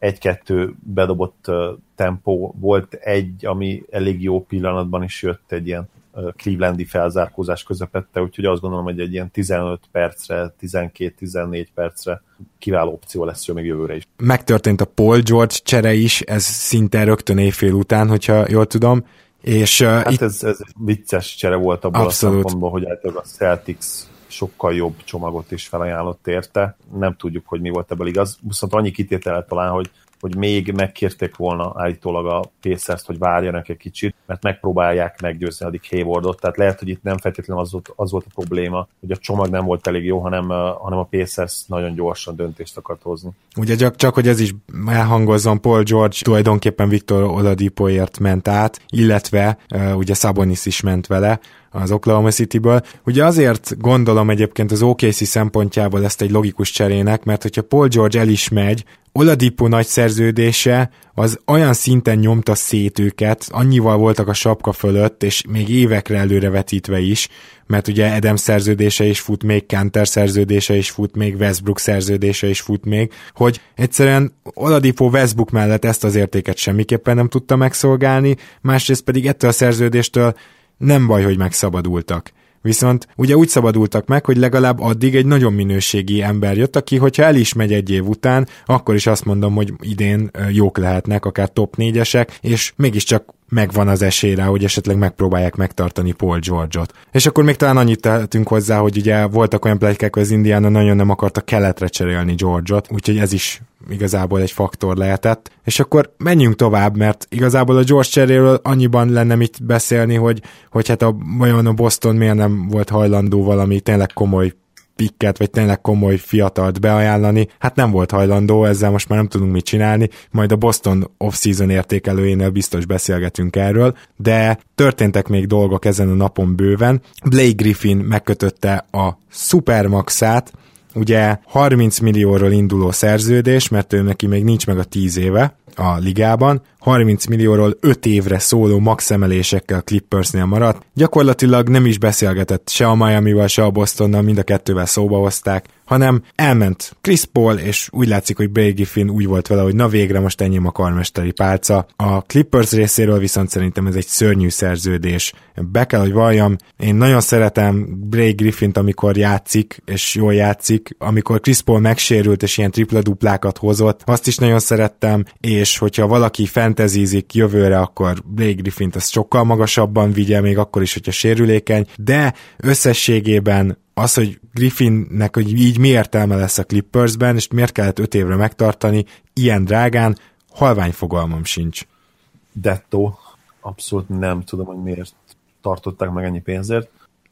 1-2 bedobott tempó, volt egy, ami elég jó pillanatban is jött, egy ilyen clevelandi felzárkózás közepette, úgyhogy azt gondolom, hogy egy ilyen 15 percre, 12-14 percre kiváló opció lesz még jövőre is. Megtörtént a Paul George csere is, ez szinte rögtön éjfél után, hogyha jól tudom. És, hát ez vicces csere volt abból abszolút. A szempontból, hogy általában a Celtics sokkal jobb csomagot is felajánlott érte. Nem tudjuk, hogy mi volt ebből igaz. Viszont annyi kitételet talán, hogy még megkérték volna állítólag a Pacers-t, hogy várjanak egy kicsit, mert megpróbálják meggyőzni addig Haywardot, tehát lehet, hogy itt nem feltétlenül az volt a probléma, hogy a csomag nem volt elég jó, hanem a Pacers nagyon gyorsan döntést akart hozni. Ugye csak hogy ez is elhangozzon, Paul George tulajdonképpen Victor Oladipoért ment át, illetve ugye Sabonis is ment vele az Oklahoma Cityből. Ugye azért gondolom egyébként az OKC szempontjából ezt egy logikus cserének, mert hogyha Paul George el is megy, Oladipo nagy szerződése az olyan szinten nyomta szét őket, annyival voltak a sapka fölött, és még évekre előrevetítve is, mert ugye Adams szerződése is fut még, Kanter szerződése is fut még, Westbrook szerződése is fut még, hogy egyszerűen Oladipo Westbrook mellett ezt az értéket semmiképpen nem tudta megszolgálni, másrészt pedig ettől a szerződéstől nem baj, hogy megszabadultak. Viszont ugye úgy szabadultak meg, hogy legalább addig egy nagyon minőségi ember jött, aki, hogyha el is megy egy év után, akkor is azt mondom, hogy idén jók lehetnek, akár top 4-esek, és mégiscsak megvan az esély rá, hogy esetleg megpróbálják megtartani Paul George-ot. És akkor még talán annyit tehetünk hozzá, hogy ugye voltak olyan pletykák, hogy az Indiana nagyon nem akarta keletre cserélni George-ot, úgyhogy ez is igazából egy faktor lehetett. És akkor menjünk tovább, mert igazából a George cseréről annyiban lenne mit beszélni, hogy hát vajon a Boston miért nem volt hajlandó valami tényleg komoly pikket, vagy tényleg komoly fiatalt beajánlani, hát nem volt hajlandó, ezzel most már nem tudunk mit csinálni, majd a Boston off-season értékelőjénél biztos beszélgetünk erről, de történtek még dolgok ezen a napon bőven. Blake Griffin megkötötte a Supermaxát, ugye 30 millióról induló szerződés, mert ő neki még nincs meg a 10 éve a ligában, 30 millióról 5 évre szóló max emelésekkel Clippersnél maradt. Gyakorlatilag nem is beszélgetett se a Miamival, se a Bostonnal, mind a kettővel szóba hozták, hanem elment Chris Paul, és úgy látszik, hogy Blake Griffin úgy volt vele, hogy na végre most enyém a karmesteri pálca. A Clippers részéről viszont szerintem ez egy szörnyű szerződés. Be kell, hogy valljam, én nagyon szeretem Blake Griffint, amikor játszik, és jól játszik, amikor Chris Paul megsérült, és ilyen tripla-duplákat hozott, azt is nagyon szerettem, és hogyha valaki fantasyzik jövőre, akkor Blake Griffint azt sokkal magasabban vigye, még akkor is, hogyha sérülékeny, de összességében az, hogy Griffinnek hogy így mi értelme lesz a Clippersben, és miért kellett 5 évre megtartani, ilyen drágán, halvány fogalmam sincs. Dettó, abszolút nem tudom, hogy miért tartották meg ennyi pénzért.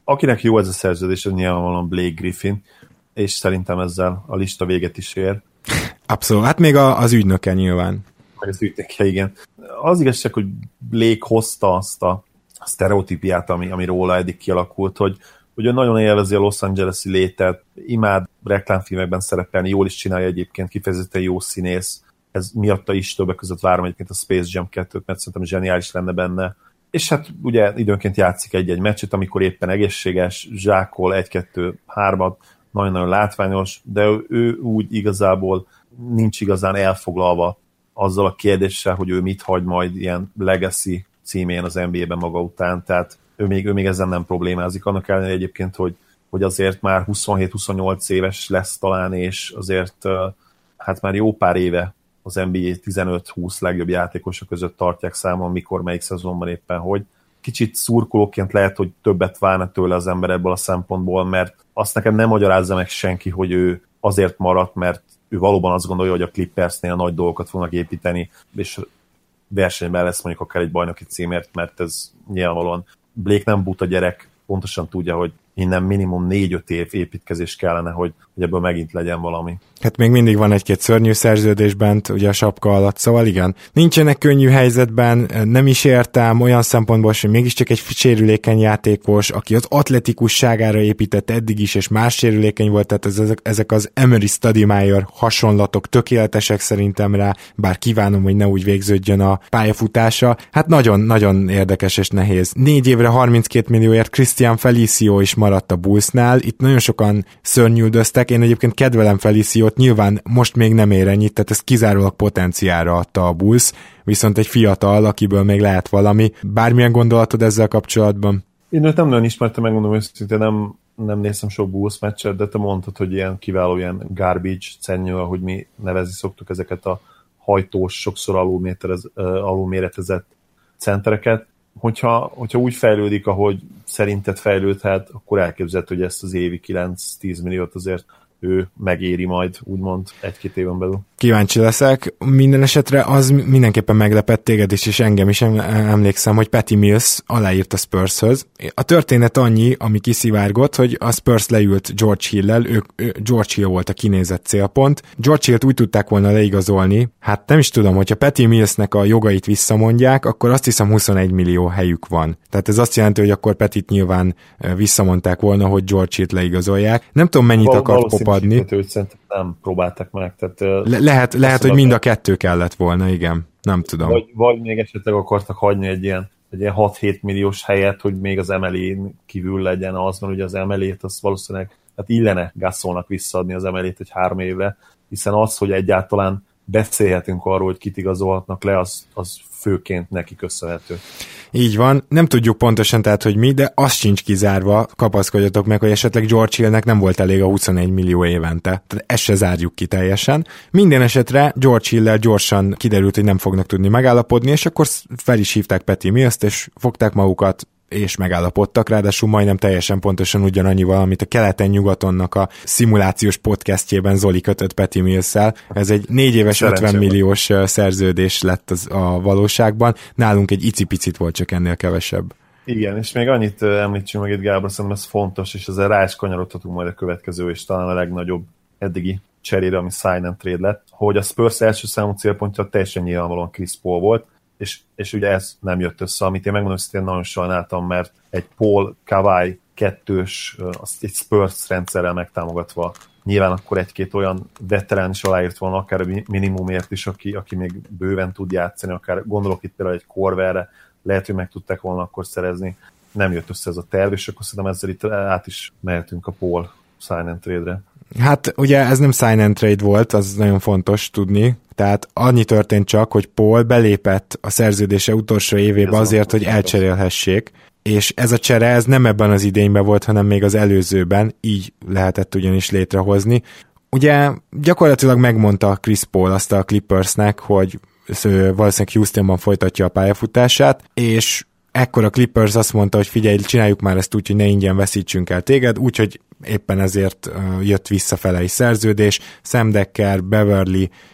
Akinek jó ez a szerződés, az nyilvánvalóan Blake Griffin, és szerintem ezzel a lista véget is ér. Abszolút, hát még az ügynöke nyilván. Az ügynöke, igen. Az igazság, hogy Blake hozta azt a sztereotípiát, ami róla eddig kialakult, hogy ő nagyon élvezi a Los Angeles-i létet, imád reklámfilmekben szerepelni, jól is csinálja egyébként, kifejezetten jó színész. Ez miatta is többek között várom egyébként a Space Jam 2-t, mert szerintem zseniális lenne benne. És hát ugye időnként játszik egy-egy meccset, amikor éppen egészséges, zsákol 1-2-3-at, nagyon-nagyon látványos, de ő úgy igazából nincs igazán elfoglalva azzal a kérdéssel, hogy ő mit hagy majd ilyen legacy címén az NBA-ben maga után, tehát ő még ezzel nem problémázik. Annak ellenére egyébként, hogy azért már 27-28 éves lesz talán, és azért hát már jó pár éve az NBA 15-20 legjobb játékosok között tartják számon, mikor melyik szezonban éppen hogy. Kicsit szurkolóként lehet, hogy többet várna tőle az ember ebből a szempontból, mert azt nekem nem magyarázza meg senki, hogy ő azért maradt, mert ő valóban azt gondolja, hogy a Clippersnél nagy dolgokat fognak építeni, és versenyben lesz mondjuk akár egy bajnoki címért, mert ez nyilvánvalóan Blake nem buta gyerek, pontosan tudja, hogy innen minimum 4-5 év építkezés kellene, hogy ebből megint legyen valami. Hát még mindig van egy-két szörnyű szerződés bent, ugye a sapka alatt, szóval igen. Nincsenek könnyű helyzetben, nem is értem olyan szempontból, hogy mégiscsak egy sérülékeny játékos, aki az atletikusságára épített eddig is, és más sérülékeny volt, tehát ezek az Emery Stoudemire hasonlatok tökéletesek szerintem rá, bár kívánom, hogy ne úgy végződjön a pályafutása. Hát nagyon-nagyon érdekes és nehéz. 4 évre 32 millióért Christian Felicio is maradt a Bullsnál, itt nagyon sokan szörnyűldöztek, én egyébként kedvelem Feliciót, nyilván most még nem ér ennyit, tehát ez kizárólag potenciálra adta a Bulls, viszont egy fiatal, akiből még lehet valami. Bármilyen gondolatod ezzel kapcsolatban? Én őt nem nagyon ismertem, megmondom őszintén, nem néztem sok Bulls meccset, de te mondtad, hogy ilyen kiváló, ilyen garbage cenyő, ahogy mi nevezni szoktuk ezeket a hajtós, sokszor alulméretezett centereket. Hogyha úgy fejlődik, ahogy szerinted fejlődhet, akkor elképzelhető, hogy ezt az évi 9-10 milliót azért ő megéri majd, úgymond 1-2 éven belül. Kíváncsi leszek. Minden esetre az mindenképpen meglepett téged is, és engem is emlékszem, hogy Patty Mills aláírt a Spurshöz. A történet annyi, ami kiszivárgott, hogy a Spurs leült George Hill-lel, George Hill volt a kinézett célpont. George Hillt úgy tudták volna leigazolni, hát nem is tudom, hogyha Patty Millsnek a jogait visszamondják, akkor azt hiszem 21 millió helyük van. Tehát ez azt jelenti, hogy akkor Pattyt nyilván visszamondták volna, hogy George Hillt leigazolják. Nem tudom, mennyit akart popadni. Szerintem nem próbálták meg. Tehát, lehet, hogy mind a kettő kellett volna, igen. Nem tudom. Vagy még esetleg akartak hagyni egy ilyen 6-7 milliós helyet, hogy még az MLE-n kívül legyen az, mert ugye az MLE-t az valószínűleg hát illene Gasolnak visszaadni az MLE-t egy 3 évre, hiszen az, hogy egyáltalán beszélhetünk arról, hogy kit igazolhatnak le, az főként neki köszönhető. Így van, nem tudjuk pontosan tehát, hogy mi, de azt sincs kizárva, kapaszkodjatok meg, hogy esetleg George Hillnek nem volt elég a 21 millió évente. Tehát ezt se zárjuk ki teljesen. Minden esetre George Hill-lel gyorsan kiderült, hogy nem fognak tudni megállapodni, és akkor fel is hívták Patty Mills-t, és fogták magukat, és megállapodtak, ráadásul majdnem teljesen pontosan ugyanannyival, amit a Keleten-nyugatonnak a szimulációs podcastjében Zoli kötött Patty Mills-szel. Ez egy 4 éves 50 milliós szerződés lett a valóságban, nálunk egy icipicit volt, csak ennél kevesebb. Igen, és még annyit említsünk meg itt, Gábor, szerintem ez fontos, és ezzel rá is kanyarodhatunk majd a következő, és talán a legnagyobb eddigi cserére, ami sign and trade lett, hogy a Spurs első számú célpontja teljesen nyilvánvalóan Chris Paul volt, és ugye ez nem jött össze, amit én megmondom, hogy én nagyon sajnáltam, mert egy Paul Kawhi 2-ös, azt egy Spurs rendszerrel megtámogatva, nyilván akkor egy-két olyan veterán is aláírt volna, akár minimumért is, aki még bőven tud játszani, akár gondolok itt például egy Korverre, lehet, hogy meg tudták volna akkor szerezni. Nem jött össze ez a terv, és akkor szerintem ezzel itt át is mehetünk a Paul sign and trade-re. Hát ugye ez nem sign and trade volt, az nagyon fontos tudni. Tehát annyi történt csak, hogy Paul belépett a szerződése utolsó évébe azért, hogy elcserélhessék, és ez a csere ez nem ebben az idényben volt, hanem még az előzőben, így lehetett ugyanis létrehozni. Ugye gyakorlatilag megmondta Chris Paul azt a Clippersnek, hogy valószínűleg Houstonban folytatja a pályafutását, és ekkor a Clippers azt mondta, hogy figyelj, csináljuk már ezt úgy, hogy ne ingyen veszítsünk el téged, úgyhogy éppen ezért jött visszafele egy szerződés, Sam Dekker, Beverly,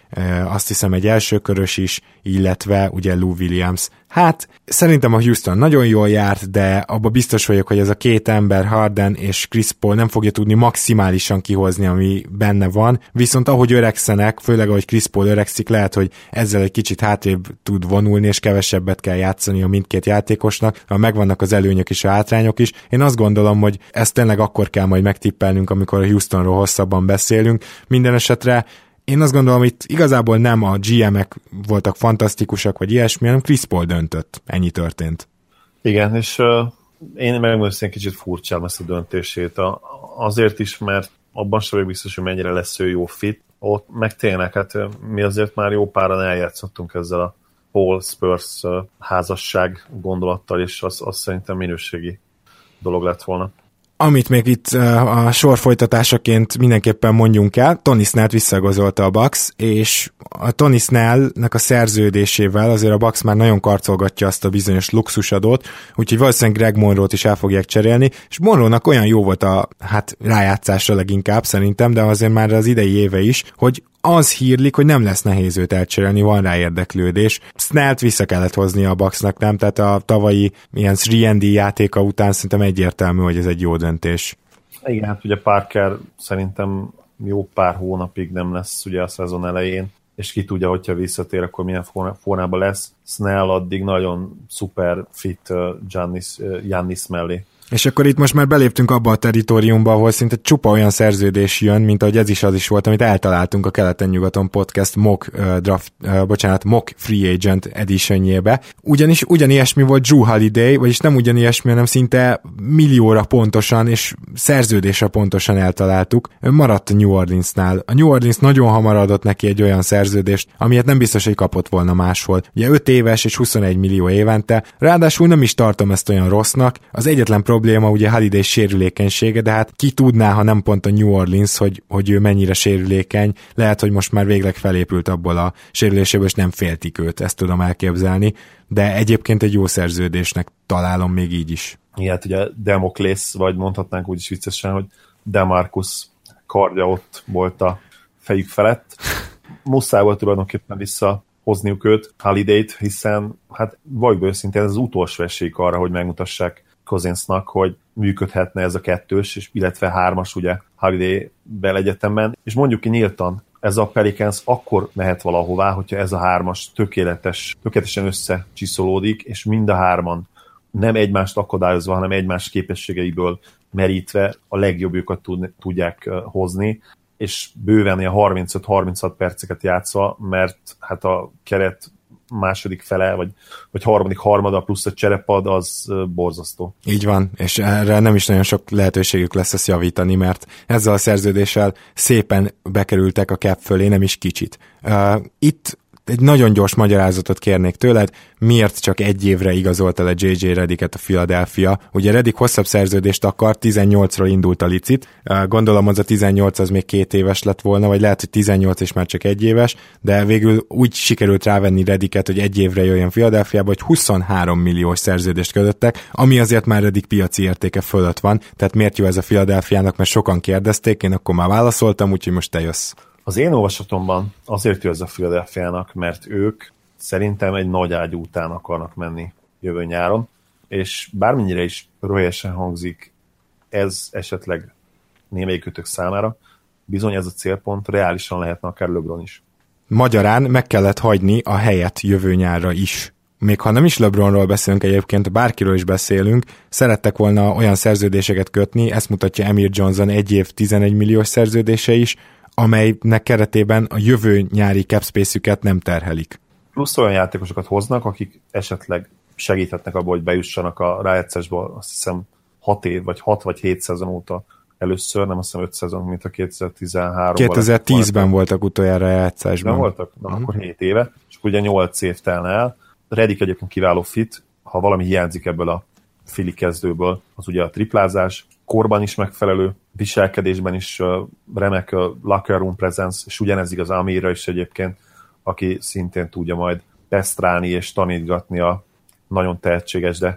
azt hiszem egy elsőkörös is, illetve ugye Lou Williams. Hát szerintem a Houston nagyon jól járt, de abba biztos vagyok, hogy ez a két ember, Harden és Chris Paul nem fogja tudni maximálisan kihozni, ami benne van, viszont ahogy öregszenek, főleg ahogy Chris Paul öregszik, lehet, hogy ezzel egy kicsit hátrébb tud vonulni, és kevesebbet kell játszani a mindkét játékosnak, megvannak az előnyök és a hátrányok is. Én azt gondolom, hogy ezt tényleg akkor kell majd megtippelnünk, amikor a Houstonról hosszabban beszélünk. Minden esetre én azt gondolom, itt igazából nem a GM-ek voltak fantasztikusak, vagy ilyesmi, hanem Chris Paul döntött. Ennyi történt. Igen, és én megmondom, hogy kicsit furcsálom ezt a döntését. Azért is, mert abban sem vagyok biztos, hogy mennyire lesz ő jó fit. Ott meg tényleg, hát mi azért már jó páran eljátszottunk ezzel a Paul Spurs házasság gondolattal, és az szerintem minőségi dolog lett volna. Amit még itt a sor folytatásaként mindenképpen mondjunk el, Tony Snellt visszagazolta a Bucks, és a Tony Snellnek a szerződésével azért a Bucks már nagyon karcolgatja azt a bizonyos luxusadót, úgyhogy valószínűleg Greg Monroe-t is el fogják cserélni, és Monroe-nak olyan jó volt a rájátszásra leginkább szerintem, de azért már az idei éve is, hogy az hírlik, hogy nem lesz nehéz őt elcserélni, van rá érdeklődés. Snellt vissza kellett hozni a Bucksnak, nem? Tehát a tavalyi ilyen 3&D játéka után szerintem egyértelmű, hogy ez egy jó döntés. Igen, hát ugye Parker szerintem jó pár hónapig nem lesz ugye a szezon elején, és ki tudja, hogyha visszatér, akkor milyen formában lesz. Snell addig nagyon szuper fit Giannis mellé. És akkor itt most már beléptünk abba a territóriumba, ahol szinte csupa olyan szerződés jön, mint ahogy ez is volt, amit eltaláltunk a Keleten-nyugaton podcast mock free agent editionjébe. Ugyanilyesmi volt Jrue Holiday, vagyis nem ugyanilyesmi, hanem szinte millióra pontosan és szerződésre pontosan eltaláltuk. Maradt a New Orleansnál. A New Orleans nagyon hamar adott neki egy olyan szerződést, amilyet nem biztos, hogy kapott volna máshol. Ugye 5 éves és 21 millió évente, ráadásul nem is tartom ezt olyan rossznak. Az egyetlen probléma ugye Holiday sérülékenysége, de hát ki tudná, ha nem pont a New Orleans, hogy ő mennyire sérülékeny. Lehet, hogy most már végleg felépült abból a sérüléséből, és nem féltik őt, ezt tudom elképzelni, de egyébként egy jó szerződésnek találom még így is. Igen, hát ugye Demoklész, vagy mondhatnánk úgy is viccesen, hogy Demarcus kardja ott volt a fejük felett. Muszáj volt tulajdonképpen visszahozniuk őt, Holiday-t, hiszen hát valljuk őszintén ez az utolsó esély arra, hogy megmutassák Cousinsnak, hogy működhetne ez a kettős, és illetve hármas ugye Holiday-vel egyetemben, és mondjuk ki nyíltan, ez a Pelicans akkor mehet valahová, hogyha ez a hármas tökéletesen összecsiszolódik, és mind a hárman nem egymást akadályozva, hanem egymás képességeiből merítve a legjobbjukat tudják hozni, és bőven a 35-36 perceket játszva, mert hát a keret második fele, vagy harmadik harmada plusz a cserepad, az borzasztó. Így van, és erre nem is nagyon sok lehetőségük lesz ezt javítani, mert ezzel a szerződéssel szépen bekerültek a cap fölé, nem is kicsit. Itt egy nagyon gyors magyarázatot kérnék tőled, miért csak egy évre igazolta le JJ Redicket a Philadelphia. Ugye Redick hosszabb szerződést akar, 18-ról indult a licit, gondolom az a 18 az még 2 éves lett volna, vagy lehet, hogy 18 és már csak 1 éves, de végül úgy sikerült rávenni Redicket, hogy 1 évre jöjjön Philadelphiába, hogy 23 milliós szerződést kötöttek, ami azért már Redick piaci értéke fölött van, tehát miért jó ez a Philadelphiának, mert sokan kérdezték, én akkor már válaszoltam, úgyhogy most te jössz. Az én olvasatomban azért jó ez a Philadelphiának, mert ők szerintem egy nagy ágyú után akarnak menni jövő nyáron, és bármennyire is röhelyesen hangzik ez esetleg némelyikőtök számára, bizony ez a célpont reálisan lehetne akár LeBron is. Magyarán meg kellett hagyni a helyet jövő nyárra is. Még ha nem is LeBronról beszélünk egyébként, bárkiről is beszélünk, szerettek volna olyan szerződéseket kötni, ezt mutatja Amir Johnson 1 év 11 milliós szerződése is, amelynek keretében a jövő nyári capspace-üket nem terhelik. Plusz olyan játékosokat hoznak, akik esetleg segíthetnek abban, hogy bejussanak a rájátszásba, azt hiszem 6 vagy 7 szezon óta először, nem azt hiszem 5 szezon, mint a 2013-ban. 2010-ben voltak utoljára rájátszásban. Nem voltak? Na, akkor 7 éve, és ugye 8 év telne el. Redick egyébként kiváló fit, ha valami hiányzik ebből a Philly kezdőből, az ugye a triplázás, korban is megfelelő, viselkedésben is remek locker room presence, és ugyanez igaz Amirra is egyébként, aki szintén tudja majd pesztrálni és tanítgatni a nagyon tehetséges, de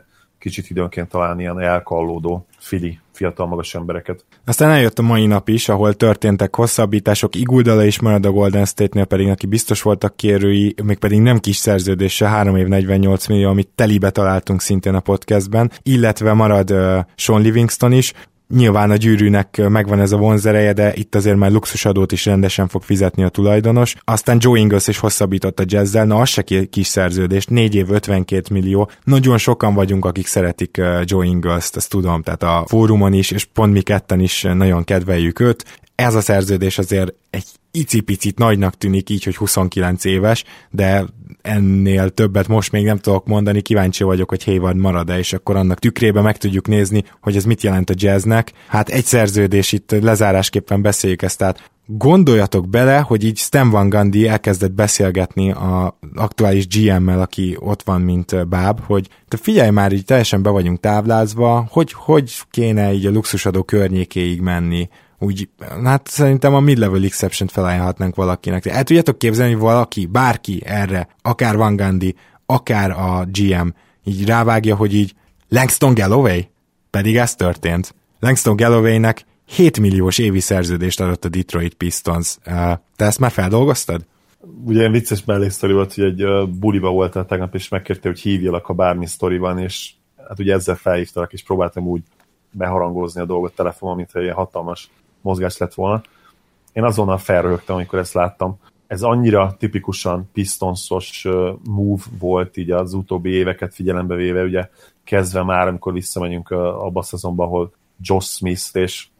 kicsit időnként talán ilyen elkallódó fiatal magas embereket. Aztán eljött a mai nap is, ahol történtek hosszabbítások, Iguodala is marad a Golden State-nél, pedig aki biztos voltak kérői, még pedig nem kis szerződése, 3 év 48 millió, amit telibe találtunk szintén a podcastben, illetve marad Sean Livingston is. Nyilván a Gyűrűnek megvan ez a vonzereje, de itt azért már luxusadót is rendesen fog fizetni a tulajdonos. Aztán Joe Ingles is hosszabbított a Jazzel, na az se kis szerződés, 4 év 52 millió. Nagyon sokan vagyunk, akik szeretik Joe Ingles-t, ezt tudom, tehát a fórumon is, és pont mi ketten is nagyon kedveljük őt. Ez a szerződés azért egy icipicit nagynak tűnik így, hogy 29 éves, de ennél többet most még nem tudok mondani, kíváncsi vagyok, hogy Hayward marad-e, és akkor annak tükrében meg tudjuk nézni, hogy ez mit jelent a Jazznek. Hát egy szerződés, itt lezárásképpen beszéljük ezt, tehát gondoljatok bele, hogy így Stan Van Gundy elkezdett beszélgetni az aktuális GM-mel, aki ott van, mint báb, hogy te figyelj már, így teljesen be vagyunk táblázva, hogy kéne így a luxusadó környékéig menni. Úgy, hát szerintem a mid-level exception-t felajánlhatnánk valakinek. El tudjátok képzelni, hogy valaki, bárki erre, akár Van Gundy, akár a GM, így rávágja, hogy így Langston Galloway? Pedig ez történt. Langston Gallowaynek 7 milliós évi szerződést adott a Detroit Pistons. Te ezt már feldolgoztad? Ugye ilyen vicces melléksztori volt, hogy egy buliba voltál tegnap, és megkérte, hogy hívjalak, ha bármi sztori van, és hát ugye ezzel felhívtalak, és próbáltam úgy beharangozni a dolgot telefonon, mintha ilyen hatalmas mozgás lett volna. Én azonnal felröhögtem, amikor ezt láttam. Ez annyira tipikusan Pistonsos move volt így az utóbbi éveket figyelembe véve, ugye kezdve már, amikor visszamegyünk abba a szezonban, ahol Josh Smith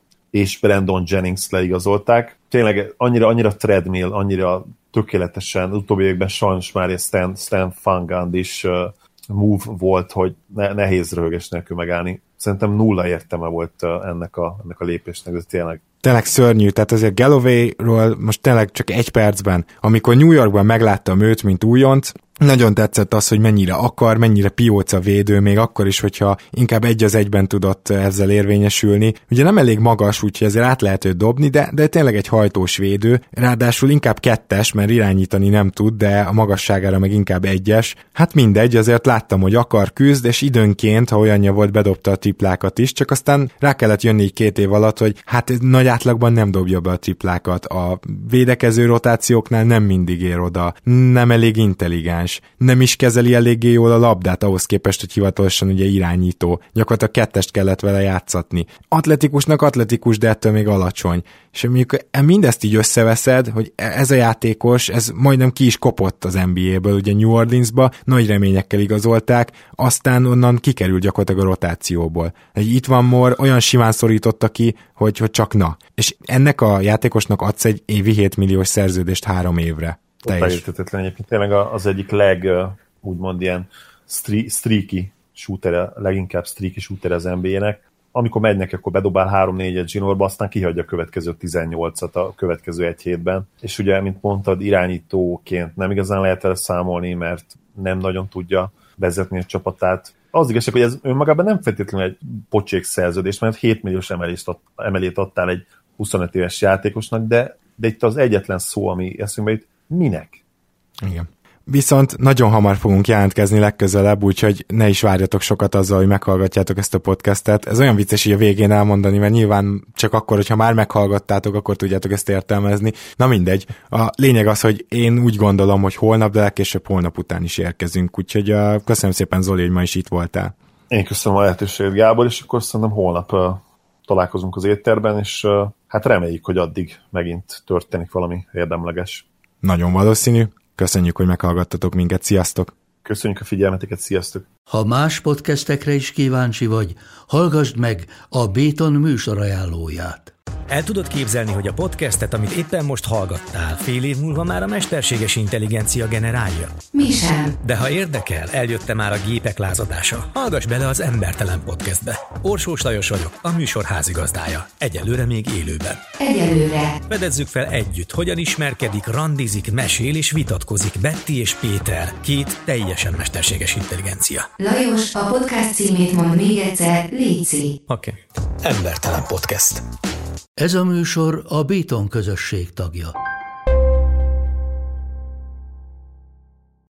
és Brandon Jennings leigazolták. Tényleg annyira treadmill, annyira tökéletesen, utóbbi években sajnos már egy Stan Van Gundy is move volt, hogy nehéz röhögés nélkül megállni. Szerintem nulla értelme volt ennek a lépésnek, ez tényleg. Tényleg szörnyű, tehát azért Galloway-ról most tényleg csak egy percben, amikor New Yorkban megláttam őt, mint újonc, nagyon tetszett az, hogy mennyire akar, mennyire pióca védő, még akkor is, hogyha inkább 1-1-ben tudott ezzel érvényesülni. Ugye nem elég magas, úgyhogy ezért át lehet őt dobni, de tényleg egy hajtós védő, ráadásul inkább 2-es, mert irányítani nem tud, de a magasságára meg inkább 1-es. Hát mindegy, azért láttam, hogy akar, küzd, és időnként, ha olyanja volt, bedobta a triplákat is, csak aztán rá kellett jönni így 2 év alatt, hogy hát nagy átlagban nem dobja be a triplákat. A védekező rotációknál nem mindig ér oda, nem elég intelligens, nem is kezeli eléggé jól a labdát ahhoz képest, hogy hivatalosan ugye irányító. Gyakorlatilag 2-est kellett vele játszatni. Atletikusnak atletikus, de ettől még alacsony. És amikor mindezt így összeveszed, hogy ez a játékos, ez majdnem ki is kopott az NBA-ből, ugye New Orleansba, nagy reményekkel igazolták, aztán onnan kikerült gyakorlatilag a rotációból. Itt van Moore, olyan simán szorította ki, hogy csak na. És ennek a játékosnak adsz egy évi 7 milliós szerződést 3 évre. Érthetetlen egyébként. Tényleg az egyik úgymond ilyen streaky shooter, leginkább streaky shooter az NBA-nek. Amikor megy neki, akkor bedobál 3-4-et zsinórba, aztán kihagyja a következő 18-at a következő 1 hétben. És ugye, mint mondtad, irányítóként nem igazán lehet el számolni, mert nem nagyon tudja vezetni a csapatát. Az igazság, hogy ez önmagában nem feltétlenül egy pocsék szerződés, mert 7 milliós emelést adtál egy 25 éves játékosnak, de itt az egyetlen szó, ami eszünkbe jut, minek? Igen. Viszont nagyon hamar fogunk jelentkezni legközelebb, úgyhogy ne is várjatok sokat azzal, hogy meghallgatjátok ezt a podcastet. Ez olyan vicces így a végén elmondani, mert nyilván csak akkor, hogyha már meghallgattátok, akkor tudjátok ezt értelmezni. Na mindegy. A lényeg az, hogy én úgy gondolom, hogy holnap, de legkésőbb holnap után is érkezünk. Úgyhogy köszönöm szépen, Zoli, hogy ma is itt voltál. Én köszönöm a lehetőséget, Gábor, és akkor szerintem holnap találkozunk az étterben, és hát reméljük, hogy addig megint történik valami érdemleges. Nagyon valószínű. Köszönjük, hogy meghallgattatok minket. Sziasztok! Köszönjük a figyelmeteket, sziasztok! Ha más podcastekre is kíváncsi vagy, hallgassd meg a Béton műsor ajánlóját. El tudod képzelni, hogy a podcastet, amit éppen most hallgattál, fél év múlva már a mesterséges intelligencia generálja? Mi sem. De ha érdekel, eljött már a gépek lázadása. Hallgass bele az Embertelen Podcastbe. Orsós Lajos vagyok, a műsor házigazdája. Egyelőre még élőben. Egyelőre. Fedezzük fel együtt, hogyan ismerkedik, randizik, mesél és vitatkozik Betty és Péter, 2 teljesen mesterséges intelligencia. Lajos, a podcast címét mond még egyszer, léci. Oké. Embertelen Podcast. Ez a műsor a Béton közösség tagja.